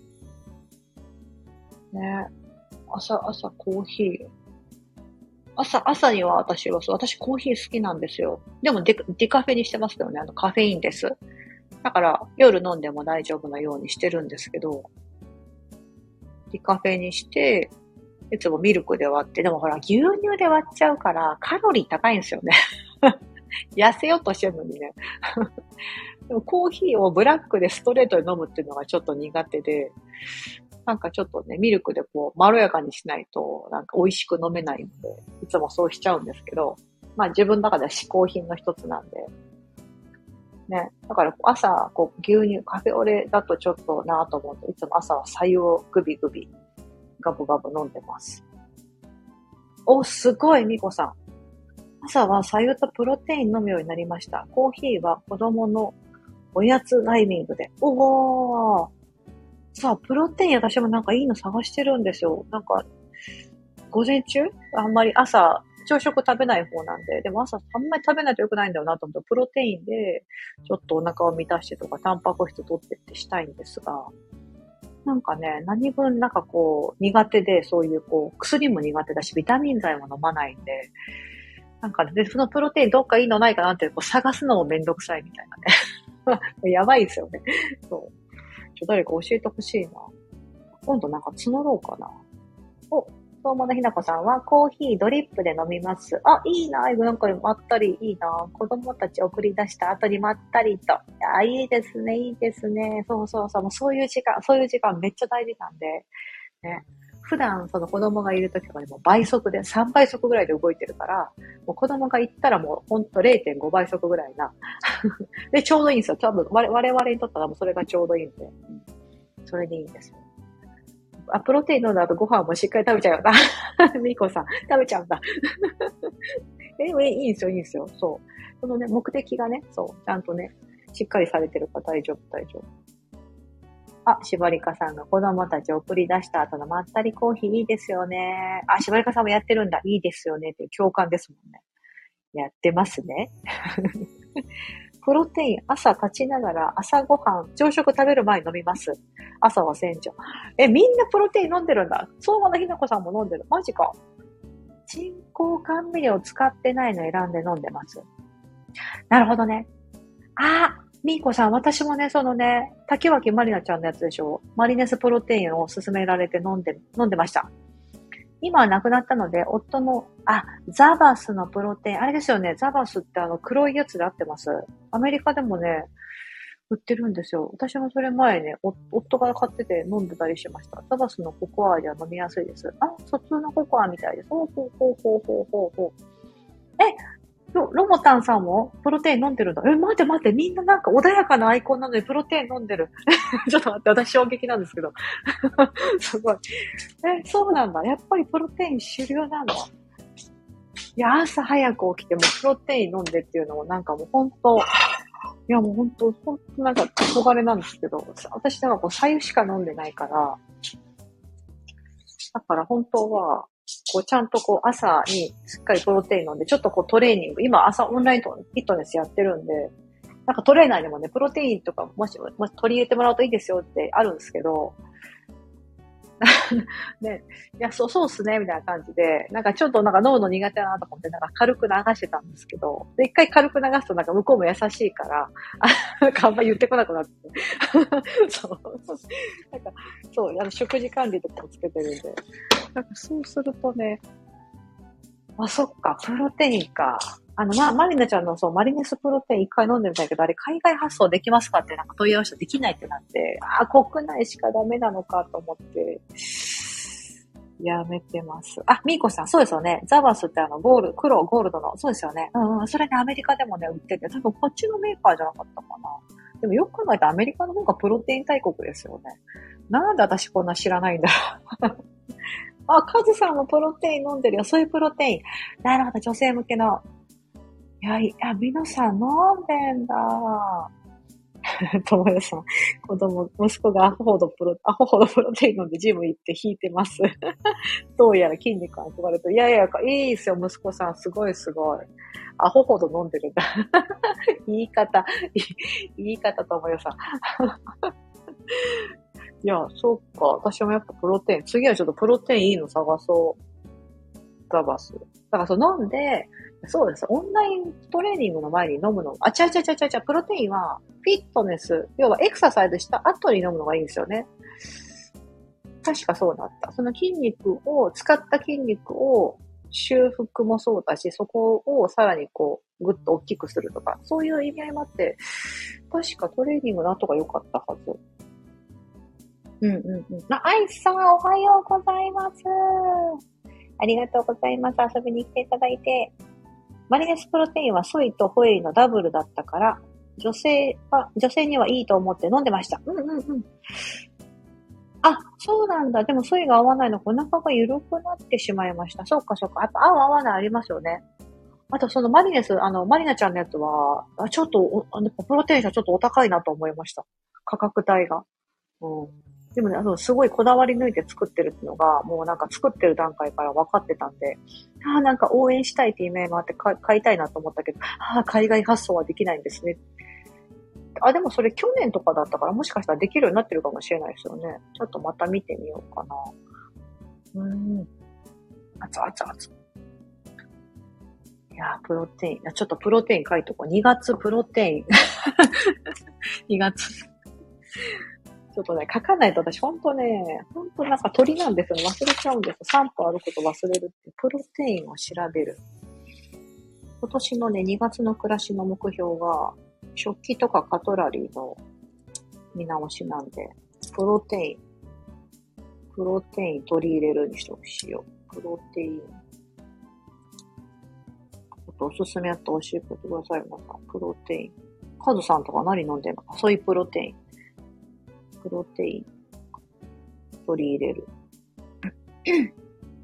ね。朝、朝コーヒー。朝、朝には私はそう、私コーヒー好きなんですよ。でもデ、デカフェにしてますけどね、あのカフェインです。だから夜飲んでも大丈夫なようにしてるんですけど、デカフェにして、いつもミルクで割って、でもほら牛乳で割っちゃうからカロリー高いんですよね。痩せようとしてるのにね。でもコーヒーをブラックでストレートで飲むっていうのがちょっと苦手で、なんかちょっとね、ミルクでこう、まろやかにしないと、なんか美味しく飲めないので、いつもそうしちゃうんですけど、まあ自分の中では嗜好品の一つなんで、ね、だから朝、こう、牛乳、カフェオレだとちょっとなぁと思うと、いつも朝は白湯をグビグビ、ガブガブ飲んでます。お、すごい、ミコさん。朝は白湯とプロテイン飲むようになりました。コーヒーは子供のおやつタイミングで。おー。さあ、プロテイン私もなんかいいの探してるんですよ。なんか、午前中あんまり朝、朝食食べない方なんで、でも朝あんまり食べないと良くないんだよなと思って、プロテインでちょっとお腹を満たしてとか、タンパク質取ってってしたいんですが、なんかね、何分なんかこう、苦手で、そういうこう、薬も苦手だし、ビタミン剤も飲まないんで、なんかね、でそのプロテインどっかいいのないかなってこう探すのもめんどくさいみたいなね。やばいですよね。そう。ちょ、誰か教えてほしいな。今度なんか募ろうかな。お、相馬のひなこさんはコーヒードリップで飲みます。あ、いいな。なんかまったりいいな。子供たち送り出した後にまったりと。あ、いいですね、いいですね。そうそうそう。もうそういう時間、そういう時間めっちゃ大事なんで。ね。普段その子供がいる時とかでも倍速で、さんばい速ぐらいで動いてるから、もう子供が行ったらもうほんと れいてんご 倍速ぐらいな。で、ちょうどいいんですよ。多分我々にとったらもうそれがちょうどいいんで。うん、それでいいんですよ。あ、プロテイン飲んだ後ご飯もしっかり食べちゃうよな。みーこさん、食べちゃうんだ。え、いいんですよ、いいんですよ。そう。そのね、目的がね、そう、ちゃんとね、 しっかりされてるか大丈夫、大丈夫。あ、しばりかさんが子供たちを送り出した後のまったりコーヒーいいですよね。あ、しばりかさんもやってるんだ。いいですよねっていう共感ですもんね。やってますね。プロテイン、朝立ちながら朝ごはん、朝食食べる前に飲みます。朝は洗浄。え、みんなプロテイン飲んでるんだ。相馬のひなこさんも飲んでる。マジか。人工甘味料使ってないの選んで飲んでます。なるほどね。あ、みーこさん、私もね、そのね、竹脇まりなちゃんのやつでしょ。マリネスプロテインを勧められて飲んで、飲んでました。今は亡くなったので、夫の、あ、ザバスのプロテイン、あれですよね、ザバスってあの黒いやつで合ってます。アメリカでもね、売ってるんですよ。私もそれ前ね、夫が買ってて飲んでたりしました。ザバスのココア味は飲みやすいです。あ、普通のココアみたいです。ほうほうほうほうほうほうほう。え、ロ、ロモタンさんもプロテイン飲んでるんだ。え、待って待って、みんななんか穏やかなアイコンなのにプロテイン飲んでる。ちょっと待って、私衝撃なんですけど。すごい。え、そうなんだ。やっぱりプロテイン主流なんだ。いや、朝早く起きてもプロテイン飲んでっていうのもなんかもう本当、いやもう本当、本当なんか憧れなんですけど、私なんかこう、白湯しか飲んでないから、だから本当は、こうちゃんとこう朝にしっかりプロテイン飲んで、ちょっとこうトレーニング、今朝オンラインフィットネスやってるんで、なんかトレーナーにもね、プロテインとかもし、もし取り入れてもらうといいですよってあるんですけど、ね、いや、そう、そうっすね、みたいな感じで、なんかちょっとなんか飲むの苦手だなと思って、なんか軽く流してたんですけど、で、一回軽く流すとなんか向こうも優しいから、あ、なんかあんま言ってこなくなって。そう。なんか、そう、あの、食事管理とかもつけてるんで。なんかそうするとね、あ、そっか、プロテインか。あの、ま、マリナちゃんのそう、マリネスプロテイン一回飲んでみたいけど、あれ海外発送できますかってなんか問い合わせたらできないってなって、あ、国内しかダメなのかと思って、やめてます。あ、ミーコさん、そうですよね。ザバスってあの、ゴール、黒、ゴールドの、そうですよね。うんうん、それね、アメリカでもね、売ってて、多分こっちのメーカーじゃなかったかな。でもよく考えたらアメリカの方がプロテイン大国ですよね。なんで私こんな知らないんだろう。あ、カズさんもプロテイン飲んでるよ。そういうプロテイン。なるほど、女性向けの。いや、いや、皆さん飲んでんだ。ともやさん、子供、息子がアホほどプロ、アホほどプロテイン飲んでジム行って引いてます。どうやら筋肉が憧れて、いやいや、いいですよ、息子さん。すごいすごい。アホほど飲んでるんだ。言い方、言い方ともやさん。いや、そっか。私もやっぱプロテイン。次はちょっとプロテインいいの探そう。ザバス。だからそう飲んで、そうです。オンライントレーニングの前に飲むの。あ、ちゃちゃちゃちゃちゃ、プロテインはフィットネス、要はエクササイズした後に飲むのがいいんですよね。確かそうだった。その筋肉を、使った筋肉を修復もそうだし、そこをさらにこう、ぐっと大きくするとか、そういう意味合いもあって、確かトレーニングの後が良かったはず。うんうんうん。あ、アイスさんおはようございます。ありがとうございます。遊びに来ていただいて。マリネスプロテインはソイとホエイのダブルだったから、女性は、女性にはいいと思って飲んでました。うんうんうん。あ、そうなんだ。でもソイが合わないのか、お腹が緩くなってしまいました。そうかそうか。やっぱ合う合わないありますよね。あとそのマリネス、あの、マリナちゃんのやつは、あちょっと、あの、プロテインじゃちょっとお高いなと思いました。価格帯が。うん。でもね、あの、すごいこだわり抜いて作ってるっていうのが、もうなんか作ってる段階から分かってたんで、ああ、なんか応援したいっていう意味もあって買買いたいなと思ったけど、ああ、海外発送はできないんですね。あ、でもそれ去年とかだったから、もしかしたらできるようになってるかもしれないですよね。ちょっとまた見てみようかな。うーん。熱々熱々。いやー、プロテイン。いや、ちょっとプロテイン書いとこう。にがつプロテイン。にがつ。ちょっとね、書かないと私ほんとね、ほんとなんか鳥なんですよね。忘れちゃうんですよ。さんぽ歩くと忘れるって。プロテインを調べる。今年のね、にがつの暮らしの目標が、食器とかカトラリーの見直しなんで、プロテイン。プロテイン取り入れるにしてほしいよ。プロテイン。おすすめやったら教えてください。また、プロテイン。カズさんとか何飲んでんのか。ソイプロテイン。プロテイン。取り入れる。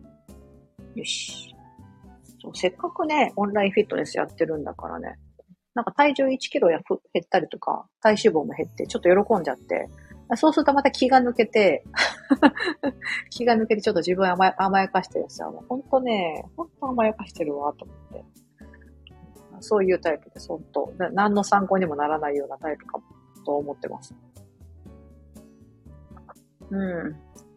よし。そうせっかくね、オンラインフィットネスやってるんだからね。 なんか体重いちキロやふ減ったりとか、体脂肪も減って、ちょっと喜んじゃって、そうするとまた気が抜けて、気が抜けてちょっと自分甘や甘やかしてるんですよ。もうほんとね、ほんと甘やかしてるわ、と思って。そういうタイプです、ほんと。何の参考にもならないようなタイプかも、と思ってます。うん。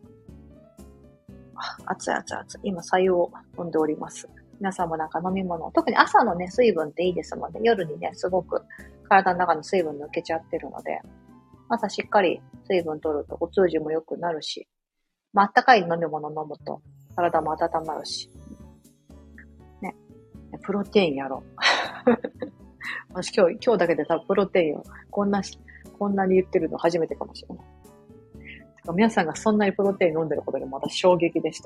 あ、熱い熱い熱い。今、白湯を飲んでおります。皆さんもなんか飲み物、特に朝のね、水分っていいですので、夜にね、すごく体の中の水分抜けちゃってるので、朝しっかり水分取るとお通じも良くなるし、まあ、あったかい飲み物飲むと体も温まるし。ね。プロテインやろう。私今日、今日だけで多分プロテインをこんな、こんなに言ってるの初めてかもしれない。てか皆さんがそんなにプロテイン飲んでることでまた衝撃でした。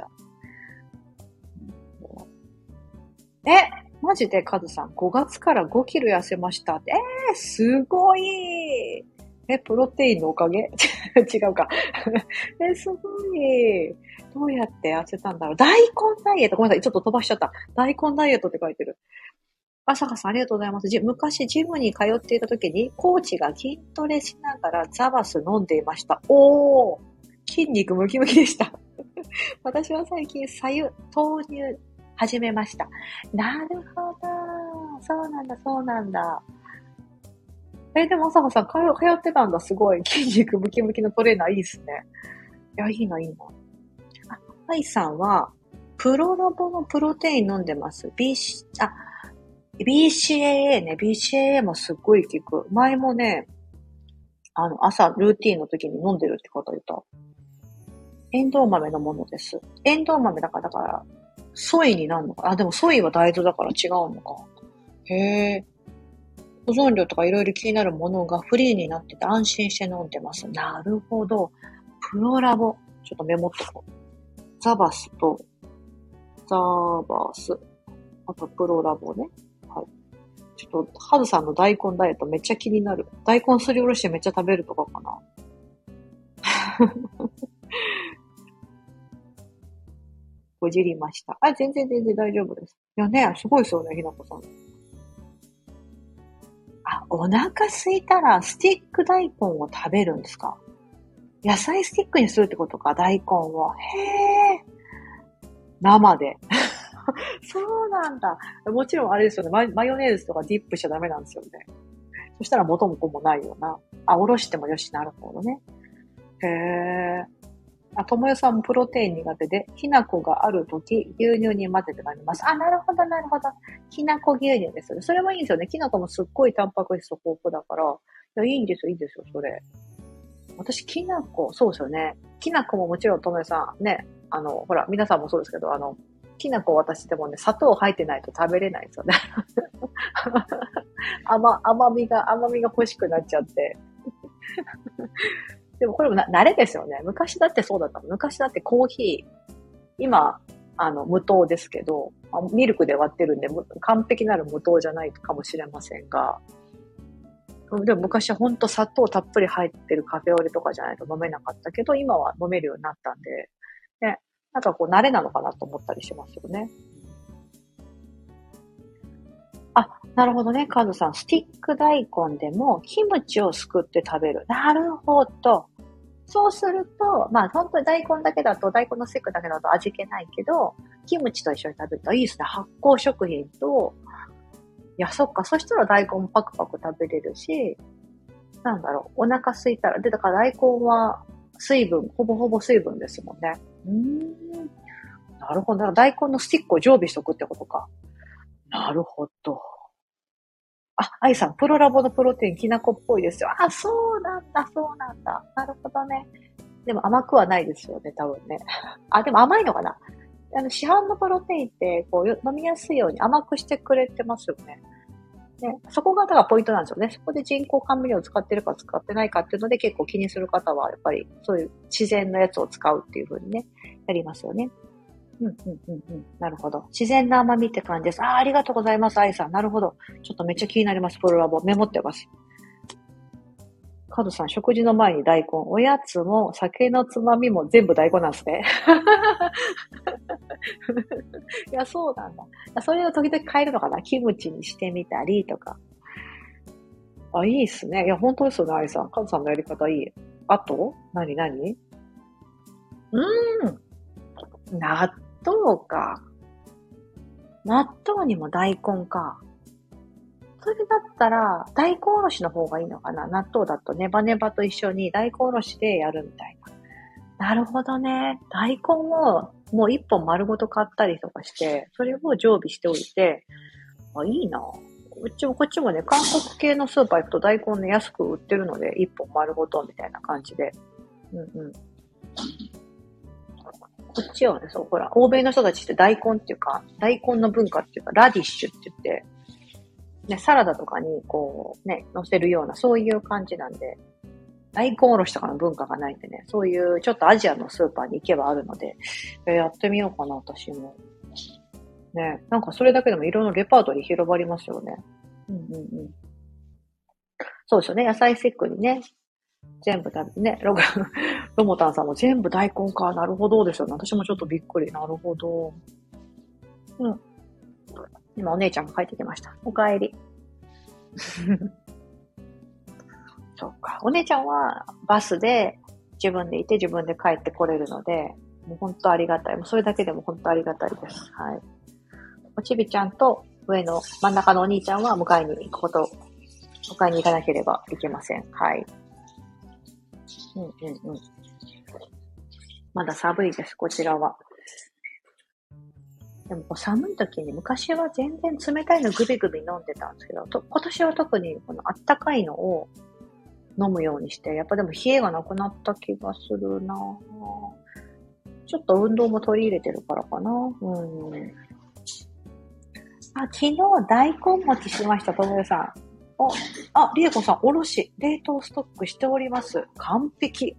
え、マジでカズさん、ごがつからごキロ痩せましたって。えー、すごい。え、プロテインのおかげ違うか。え、すごい。どうやって痩せたんだろう。大根ダイエット。ごめんなさい。ちょっと飛ばしちゃった。大根ダイエットって書いてる。あさかさんありがとうございます。じ昔ジムに通っていた時に、コーチが筋トレしながらザバス飲んでいました。おー。筋肉ムキムキでした。私は最近、左右、豆乳始めました。なるほど。そうなんだ、そうなんだ。え、でも、朝香さん、通、通ってたんだ、すごい。筋肉ムキムキのトレーナーいいっすね。いや、いいな、いいな。あ、アイさんは、プロラボのプロテイン飲んでます。B、あ、ビーシーエーエー ね、ビーシーエーエー もすっごい効く。前もね、あの、朝、ルーティーンの時に飲んでるって方いた。エンドウ豆のものです。エンドウ豆だから、だから、ソイになるのか。あ、でもソイは大豆だから違うのか。へー。保存料とかいろいろ気になるものがフリーになってて安心して飲んでます。なるほど。プロラボ。ちょっとメモっとこう。ザバスと、ザバス。あとプロラボね。はい。ちょっと、ハズさんの大根ダイエットめっちゃ気になる。大根すりおろしてめっちゃ食べるとかかな。ごじりました。あ、全然全然大丈夫です。いやね、すごいですよね、ひなこさん。あ、お腹空いたらスティック大根を食べるんですか？野菜スティックにするってことか、大根を。へー。生で。そうなんだ。もちろんあれですよねマ。マヨネーズとかディップしちゃダメなんですよね。そしたら元も子もないよな。あ、おろしてもよし、なるほどね。へー。あ、ともよさんもプロテイン苦手で、きな粉があるとき、牛乳に混ぜて飲みます。あ、なるほど、なるほど。きな粉牛乳ですよね。それもいいんですよね。きな粉もすっごいタンパク質豊富だから。いや、いいんですよ、いいですよ、それ。私、きな粉、そうですよね。きな粉ももちろん、ともよさん、ね、あの、ほら、皆さんもそうですけど、あの、きな粉私でもね、砂糖入ってないと食べれないんですよね。甘、甘みが、甘みが欲しくなっちゃって。でもこれもな、慣れですよね。昔だってそうだった。昔だってコーヒー、今、あの、無糖ですけど、ミルクで割ってるんで、完璧なる無糖じゃないかもしれませんが、でも昔はほんと砂糖たっぷり入ってるカフェオレとかじゃないと飲めなかったけど、今は飲めるようになったんで、ね、なんかこう慣れなのかなと思ったりしますよね。あ、なるほどね、カズさん。スティック大根でもキムチをすくって食べる。なるほど。そうすると、まあ本当に大根だけだと、大根のスティックだけだと味気ないけど、キムチと一緒に食べるといいですね。発酵食品と、いや、そっか。そしたら大根パクパク食べれるし、なんだろう、お腹空いたら、で、だから大根は水分、ほぼほぼ水分ですもんね。うーん。なるほど。大根のスティックを常備しとくってことか。なるほど。あ、愛さん、プロラボのプロテイン、きな粉っぽいですよ。あ、そうなんだ、そうなんだ。なるほどね。でも甘くはないですよね、多分ね。あ、でも甘いのかな。あの、市販のプロテインって、こう、飲みやすいように甘くしてくれてますよね。ね、そこがだからポイントなんですよね。そこで人工甘味料を使ってるか使ってないかっていうので結構気にする方はやっぱりそういう自然のやつを使うっていう風にね、やりますよね。うんうんうんうん。なるほど。自然な甘みって感じです。ああ、ありがとうございます、愛さん。なるほど。ちょっとめっちゃ気になります、プロラボ。メモってます。カズさん、食事の前に大根。おやつも酒のつまみも全部大根なんですね。いや、そうなんだ。それを時々変えるのかな。キムチにしてみたりとか。 あ、いいっすね。いや、本当ですよね、愛さん。カズさんのやり方いい。あと何何うーん。納豆か。納豆にも大根か。それだったら、大根おろしの方がいいのかな。納豆だとネバネバと一緒に大根おろしでやるみたいな。なるほどね。大根をもう一本丸ごと買ったりとかして、それを常備しておいて、あ、いいな。うちもこっちもね、韓国系のスーパー行くと大根ね、安く売ってるので、一本丸ごとみたいな感じで。うんうん。こっちはね、そう、ほら、欧米の人たちって大根っていうか、大根の文化っていうか、ラディッシュって言って、ね、サラダとかにこう、ね、乗せるような、そういう感じなんで、大根おろしとかの文化がないんでね、そういうちょっとアジアのスーパーに行けばあるので、やってみようかな、私も。ね、なんかそれだけでもいろいろレパートリー広がりますよね。うんうんうん。そうですよね、野菜セックにね、全部食べね、ロロモタンさんも全部大根か、なるほどですよね。私もちょっとびっくり、なるほど。うん。今お姉ちゃんが帰ってきました。お帰り。そうか。お姉ちゃんはバスで自分でいて自分で帰ってこれるので、もう本当ありがたい。もうそれだけでも本当ありがたいです。はい。おちびちゃんと上の真ん中のお兄ちゃんは迎えに行くこと、迎えに行かなければいけません。はい。うんうんうん。まだ寒いです、こちらは。でもこう寒い時に昔は全然冷たいのグビグビ飲んでたんですけど、と今年は特にこのあったかいのを飲むようにして、やっぱでも冷えがなくなった気がするなぁ。ちょっと運動も取り入れてるからかな。うん。あ、昨日大根餅しました、ともよさん。お、あ、りえこさん、おろし、冷凍ストックしております。完璧。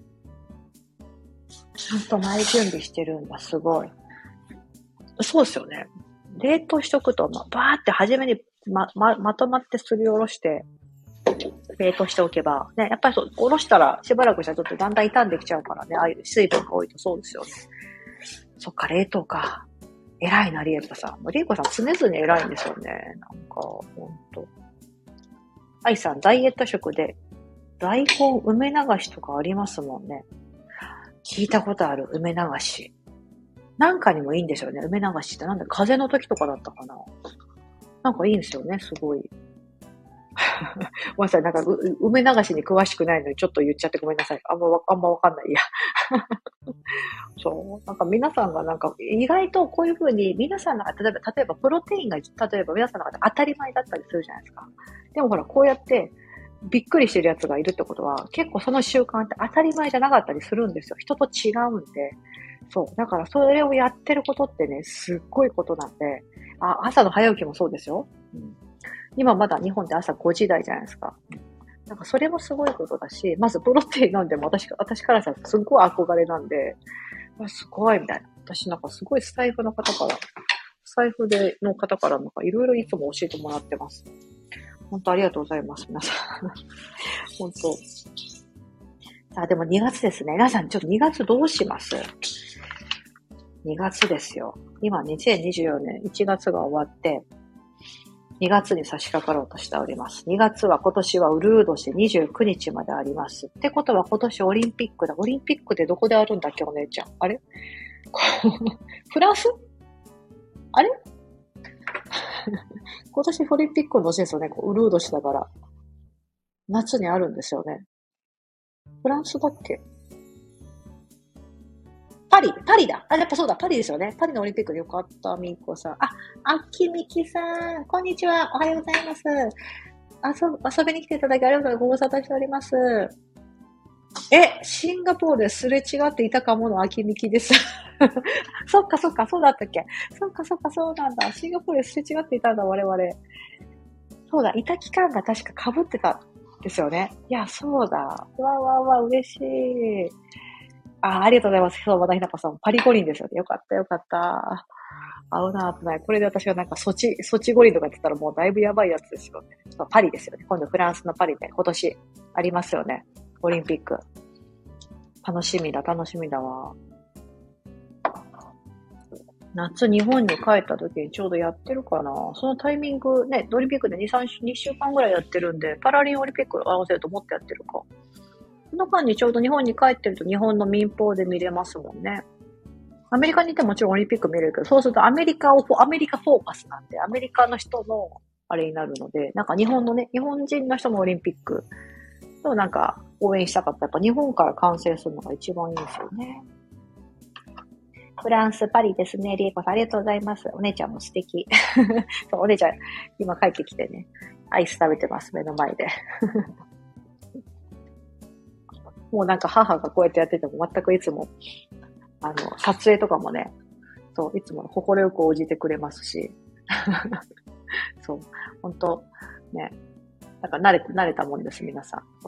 ちゃんと前準備してるんだ、すごい。そうですよね。冷凍しとくと、ま、バーって初めにま、ま、まとまってすりおろして、冷凍しておけば、ね、やっぱりそう、おろしたらしばらくしたらちょっとだんだん傷んできちゃうからね、ああいう水分が多いとそうですよね。そっか、冷凍か。偉いな、リエコさん。リエコさん常々偉いんですよね。なんか、ほんと。アイさん、ダイエット食で大根梅流しとかありますもんね。聞いたことある、梅流し。なんかにもいいんでしょうね、梅流しって。なんだ、風邪の時とかだったかな。なんかいいんですよね、すごい。ごめんなさい、なんか、う梅流しに詳しくないのにちょっと言っちゃってごめんなさい。あんまわ、あんまわかんない。いや。そう。なんか皆さんがなんか、意外とこういうふうに、皆さんが、例えば、例えばプロテインが、例えば皆さんの中で当たり前だったりするじゃないですか。でもほら、こうやって、びっくりしてるやつがいるってことは、結構その習慣って当たり前じゃなかったりするんですよ。人と違うんで。そう。だからそれをやってることってね、すっごいことなんで、あ、朝の早起きもそうですよ。うん、今まだ日本って朝ごじ台じゃないですか。なんかそれもすごいことだし、まずプロテイン飲んでも私、私からしたらすごい憧れなんで、すごいみたいな。私なんかすごいスタイフの方から、スタイフでの方からなんかいろいろいつも教えてもらってます。本当ありがとうございます、皆さん。本当。さあ、でもにがつですね。皆さんちょっとにがつどうします？ に 月ですよ。今にせんにじゅうよねんいちがつが終わって、にがつに差し掛かろうとしております。にがつは今年はウルー年にじゅうくにちまであります。ってことは今年オリンピックだ。オリンピックでどこであるんだっけ、お姉ちゃん。あれフランスあれ今年オリンピックの年ですよね。ウルー年だから。夏にあるんですよね。フランスだっけ？パリ、パリだ。あ、やっぱそうだ、パリですよね。パリのオリンピックでよかった、みーこさん。あ、あきみきさん、こんにちは。おはようございます。遊、遊びに来ていただきありがとうご無沙汰しております。え、シンガポールですれ違っていたかものあきみきです。そっかそっか、そうだったっけ。そっかそっか、そうなんだ。シンガポールですれ違っていたんだ、我々。そうだ、いた期間が確か被ってたんですよね。いや、そうだ。わわわ、嬉しい。あ、ありがとうございます。そう、和田ひなこさん。パリ五輪ですよね。よかった、よかった。危ない、危ない。これで私がなんか、ソチ、ソチ五輪とか言ってたらもうだいぶやばいやつですよね。パリですよね。今度フランスのパリで今年ありますよね。オリンピック。楽しみだ、楽しみだわ。 夏日本に帰った時にちょうどやってるかな。そのタイミングね、オリンピックでに、さん、にしゅうかんぐらいやってるんで、パラリンオリンピック合わせるともっとやってるか。その間にちょうど日本に帰ってると日本の民放で見れますもんね。アメリカにいてももちろんオリンピック見れるけど、そうするとアメリカを、アメリカフォーカスなんで、アメリカの人のあれになるので、なんか日本のね、日本人の人のオリンピックをなんか応援したかったら、やっぱ日本から観戦するのが一番いいですよね。フランス、パリですね。リエコさん、ありがとうございます。お姉ちゃんも素敵。そう、お姉ちゃん、今帰ってきてね、アイス食べてます、目の前で。もうなんか母がこうやってやってても全くいつも、あの、撮影とかもね、そう、いつも心よく応じてくれますし。そう、ほんと、ね、なんか慣れ、慣れたもんです、皆さん。そう、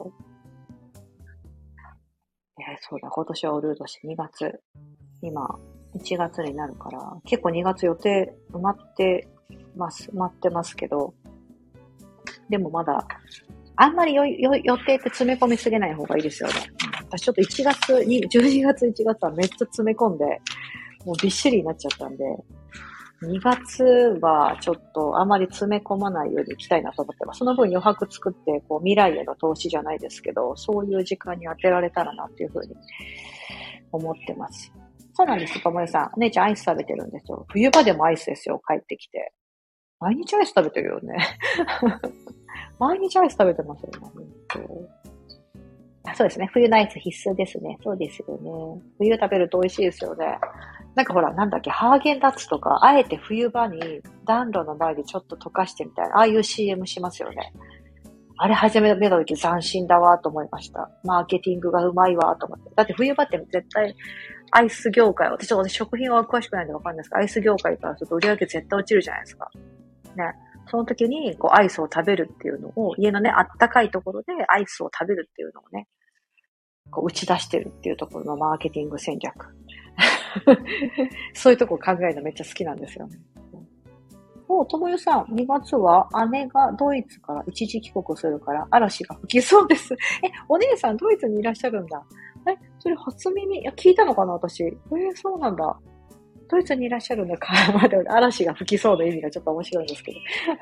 えー、そうだ、今年はオルード氏にがつ。今、いちがつになるから、結構にがつ予定埋まってます、埋まってますけど、でもまだ、あんまりよよ予定って詰め込みすぎない方がいいですよね。私ちょっといちがつに、じゅうにがつ、いちがつはめっちゃ詰め込んで、もうびっしりになっちゃったんで、にがつはちょっとあまり詰め込まないように行きたいなと思ってます。その分余白作って、こう未来への投資じゃないですけど、そういう時間に当てられたらなっていうふうに思ってます。そうなんです、ともえさん。お姉ちゃんアイス食べてるんですよ。冬場でもアイスですよ、帰ってきて。毎日アイス食べてるよね。毎日アイス食べてますよね。あ、そうですね。冬のアイス必須ですね。そうですよね。冬食べると美味しいですよね。なんかほら、なんだっけ、ハーゲンダッツとか、あえて冬場に暖炉の前でちょっと溶かしてみたいな、ああいう シーエム しますよね。あれ始めた時斬新だわと思いました。マーケティングがうまいわと思って。だって冬場って絶対アイス業界、私私食品は詳しくないんでわかんないですけど、アイス業界からすると売り上げ絶対落ちるじゃないですか。ね。その時にこうアイスを食べるっていうのを、家のね、あったかいところでアイスを食べるっていうのをね、こう打ち出してるっていうところのマーケティング戦略。そういうとこ考えるのめっちゃ好きなんですよね。お、ともゆさん、にがつは姉がドイツから一時帰国するから嵐が吹きそうです。え、お姉さんドイツにいらっしゃるんだ。え、それ初耳、いや、聞いたのかな私。えー、そうなんだ。ドイツにいらっしゃるんだから、まだ嵐が吹きそうな意味がちょっと面白いんですけど。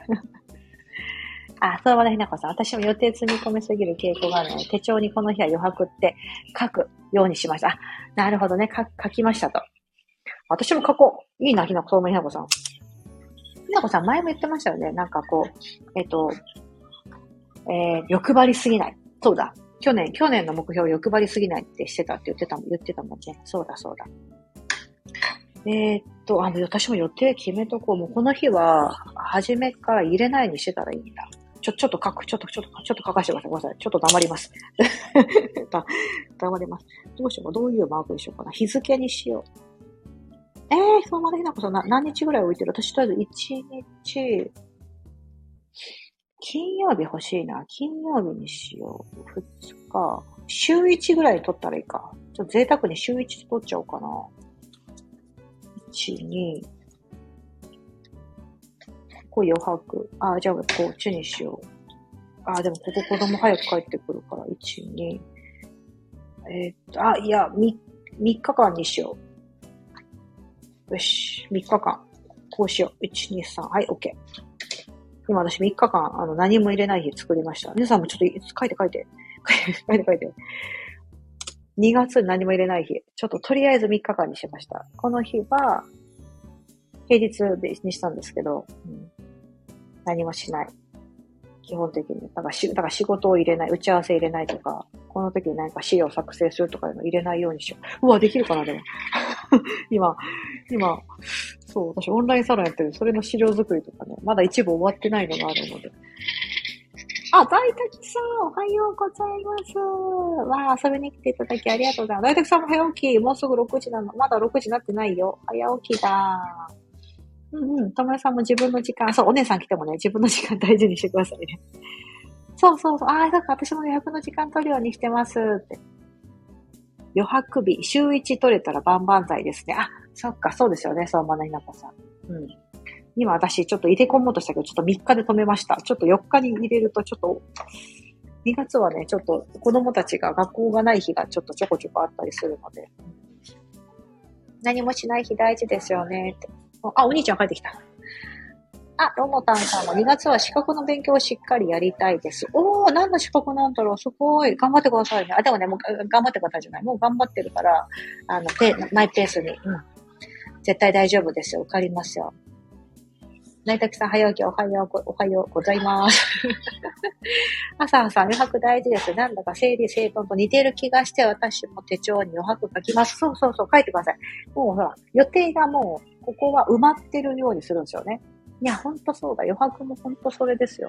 あ、そうまだひなこさん。私も予定積み込みすぎる傾向があるので、手帳にこの日は余白って書くようにしました。あ、なるほどね。書、書きましたと。私も書こう。いいな、ひなこ、そうまひなこさん。ひなこさん前も言ってましたよね。なんかこう、えっと、えー、欲張りすぎない。そうだ。去年、去年の目標欲張りすぎないってしてたって言ってた、言ってたもんね。そうだ、そうだ。えー、っと、あの、私も予定決めとこう。もうこの日は、初めから入れないにしてたらいいんだ。ちょ、ちょっと書く、ちょっと、ちょっと、ちょっと書かせてください。ごめんなさい。ちょっと黙ります。だ黙ります。どうしようか。どういうマークにしようかな。日付にしよう。えー、そうまでひなこさん、な、何日ぐらい置いてる？私とりあえずいちにち、金曜日欲しいな。金曜日にしよう。ふつか。週いちぐらい取ったらいいか。ちょっと贅沢に週いち取っちゃおうかな。いち、に、こう余白。あ、じゃあこっちにしよう。あ、でもここ子供早く帰ってくるから、いち、に。えー、っと、あ、いや、み、みっかかんにしよう。よし、みっかかん。こうしよう。いち、に、さん。はい、OK。今私みっかかん、あの、何も入れない日作りました。皆さんもちょっと書いて書いて。書いて書いて。にがつに何も入れない日。ちょっととりあえずみっかかんにしました。この日は、平日にしたんですけど、うん、何もしない。基本的に。だからし、だから仕事を入れない、打ち合わせ入れないとか、この時に何か資料作成するとかいうの入れないようにしよう。うわ、できるかな、でも。今、今、そう、私オンラインサロンやってる。それの資料作りとかね、まだ一部終わってないのがあるので。あ、大滝さん、おはようございます。わあ、遊びに来ていただきありがとうございます。大滝さんも早起き。もうすぐろくじなの。まだろくじになってないよ。早起きだ。うんうん。ともえさんも自分の時間、そう、お姉さん来てもね、自分の時間大事にしてくださいね。そうそうそう。ああ、だから私も予約の時間取るようにしてますって。余白日、週いち取れたら万々歳ですね。あ、そっか、そうですよね、そう、まなひなこさん。うん。今私、ちょっと入れ込もうとしたけど、ちょっとみっかで止めました。ちょっとよっかに入れると、ちょっと、にがつはね、ちょっと子供たちが学校がない日がちょっとちょこちょこあったりするので。 何もしない日大事ですよねって。あ、お兄ちゃん帰ってきた。あ、ロモタンさんもにがつは資格の勉強をしっかりやりたいです。おー、何の資格なんだろう。すごい。頑張ってくださいね。あ、でもね、もう頑張ってくださいじゃない。もう頑張ってるから、あの、ペマイペースに。うん。絶対大丈夫ですよ。受かりますよ。内滝さん、早起きおはよう、おはようございます。朝はさん、余白大事です。なんだか整理整頓と似ている気がして、私も手帳に余白書きます。そうそうそう、書いてください。もうほら、予定がもう、ここは埋まってるようにするんですよね。いや、ほんとそうだ。余白もほんとそれですよ。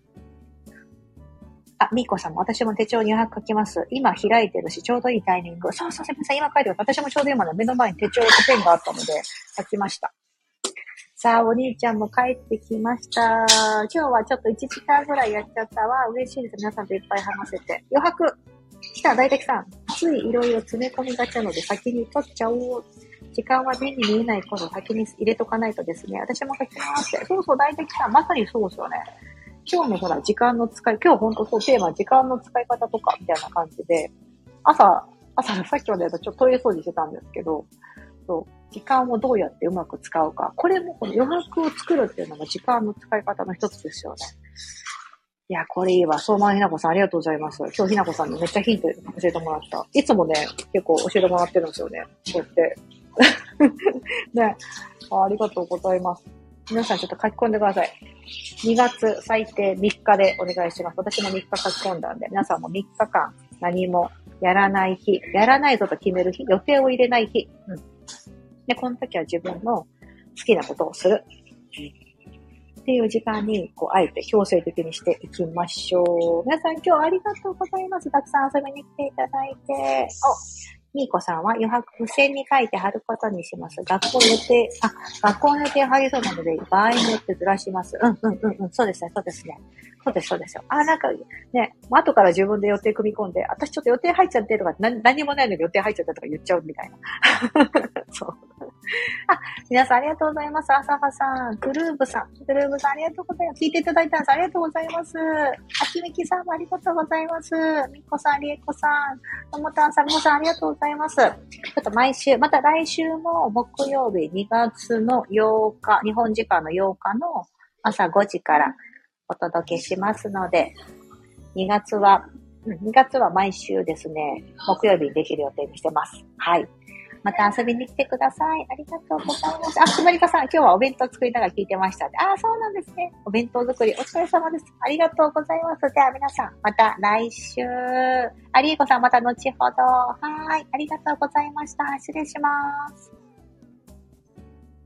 あ、みーこさんも私も手帳に余白書きます。今開いてるし、ちょうどいいタイミング。そうそう、すみません。今書いてる。私もちょうど今の目の前に手帳とペンがあったので、書きました。さあ、お兄ちゃんも帰ってきました。今日はちょっといちじかんぐらいやっちゃったわ。嬉しいです。皆さんといっぱい話せて。余白。来た、大滝さん。ついいろいろ詰め込みがちなので先に取っちゃおう。時間は目に見えないことを先に入れとかないとですね。私も書きますって。そうそう、大滝さん。まさにそうですよね。今日のほら、時間の使い、今日ほんとそう、テーマ、時間の使い方とか、みたいな感じで、朝、朝、さっきまでちょっとトイレ掃除してたんですけど、そう、時間をどうやってうまく使うか。これもこの余白を作るっていうのも時間の使い方の一つですよね。いや、これいいわ。相馬ひなこさんありがとうございます。今日ひなこさんにめっちゃヒント教えてもらった。いつもね、結構教えてもらってるんですよね。こうやって。ねあ。ありがとうございます。皆さんちょっと書き込んでください。にがつ最低みっかでお願いします。私もみっか書き込んだんで、皆さんもみっかかん何もやらない日、やらないぞと決める日、予定を入れない日。うん。で、この時は自分の好きなことをする。っていう時間に、こう、あえて強制的にしていきましょう。皆さん今日ありがとうございます。たくさん遊びに来ていただいて。お、みーこさんは余白付箋に書いて貼ることにします。学校予定、あ、学校の予定貼りそうなので、場合によってずらします。うんうんうんうん。そうですね、そうですね。そうです、そうですよ。あ、なんかね、後から自分で予定組み込んで、私ちょっと予定入っちゃってとか、何、何もないのに予定入っちゃったとか言っちゃうみたいな。そう。あ、皆さんありがとうございます。朝葉さん、グルーブさん、グルーブさんありがとうございます。聞いていただいたんです。ありがとうございます。あきみきさんもありがとうございます。みっこさん、りえこさん、ともたんさん、みこさんありがとうございます。ちょっと毎週、また来週も木曜日にがつのようか、日本時間のようかの朝ごじからお届けしますので、にがつは、にがつは毎週ですね、木曜日にできる予定にしてます。はい。また遊びに来てください。ありがとうございます。あ、くまりかさん、今日はお弁当作りながら聞いてました。あ、そうなんですね。お弁当作り、お疲れ様です。ありがとうございます。では皆さん、また来週。ありえこさん、また後ほど。はーい。ありがとうございました。失礼します。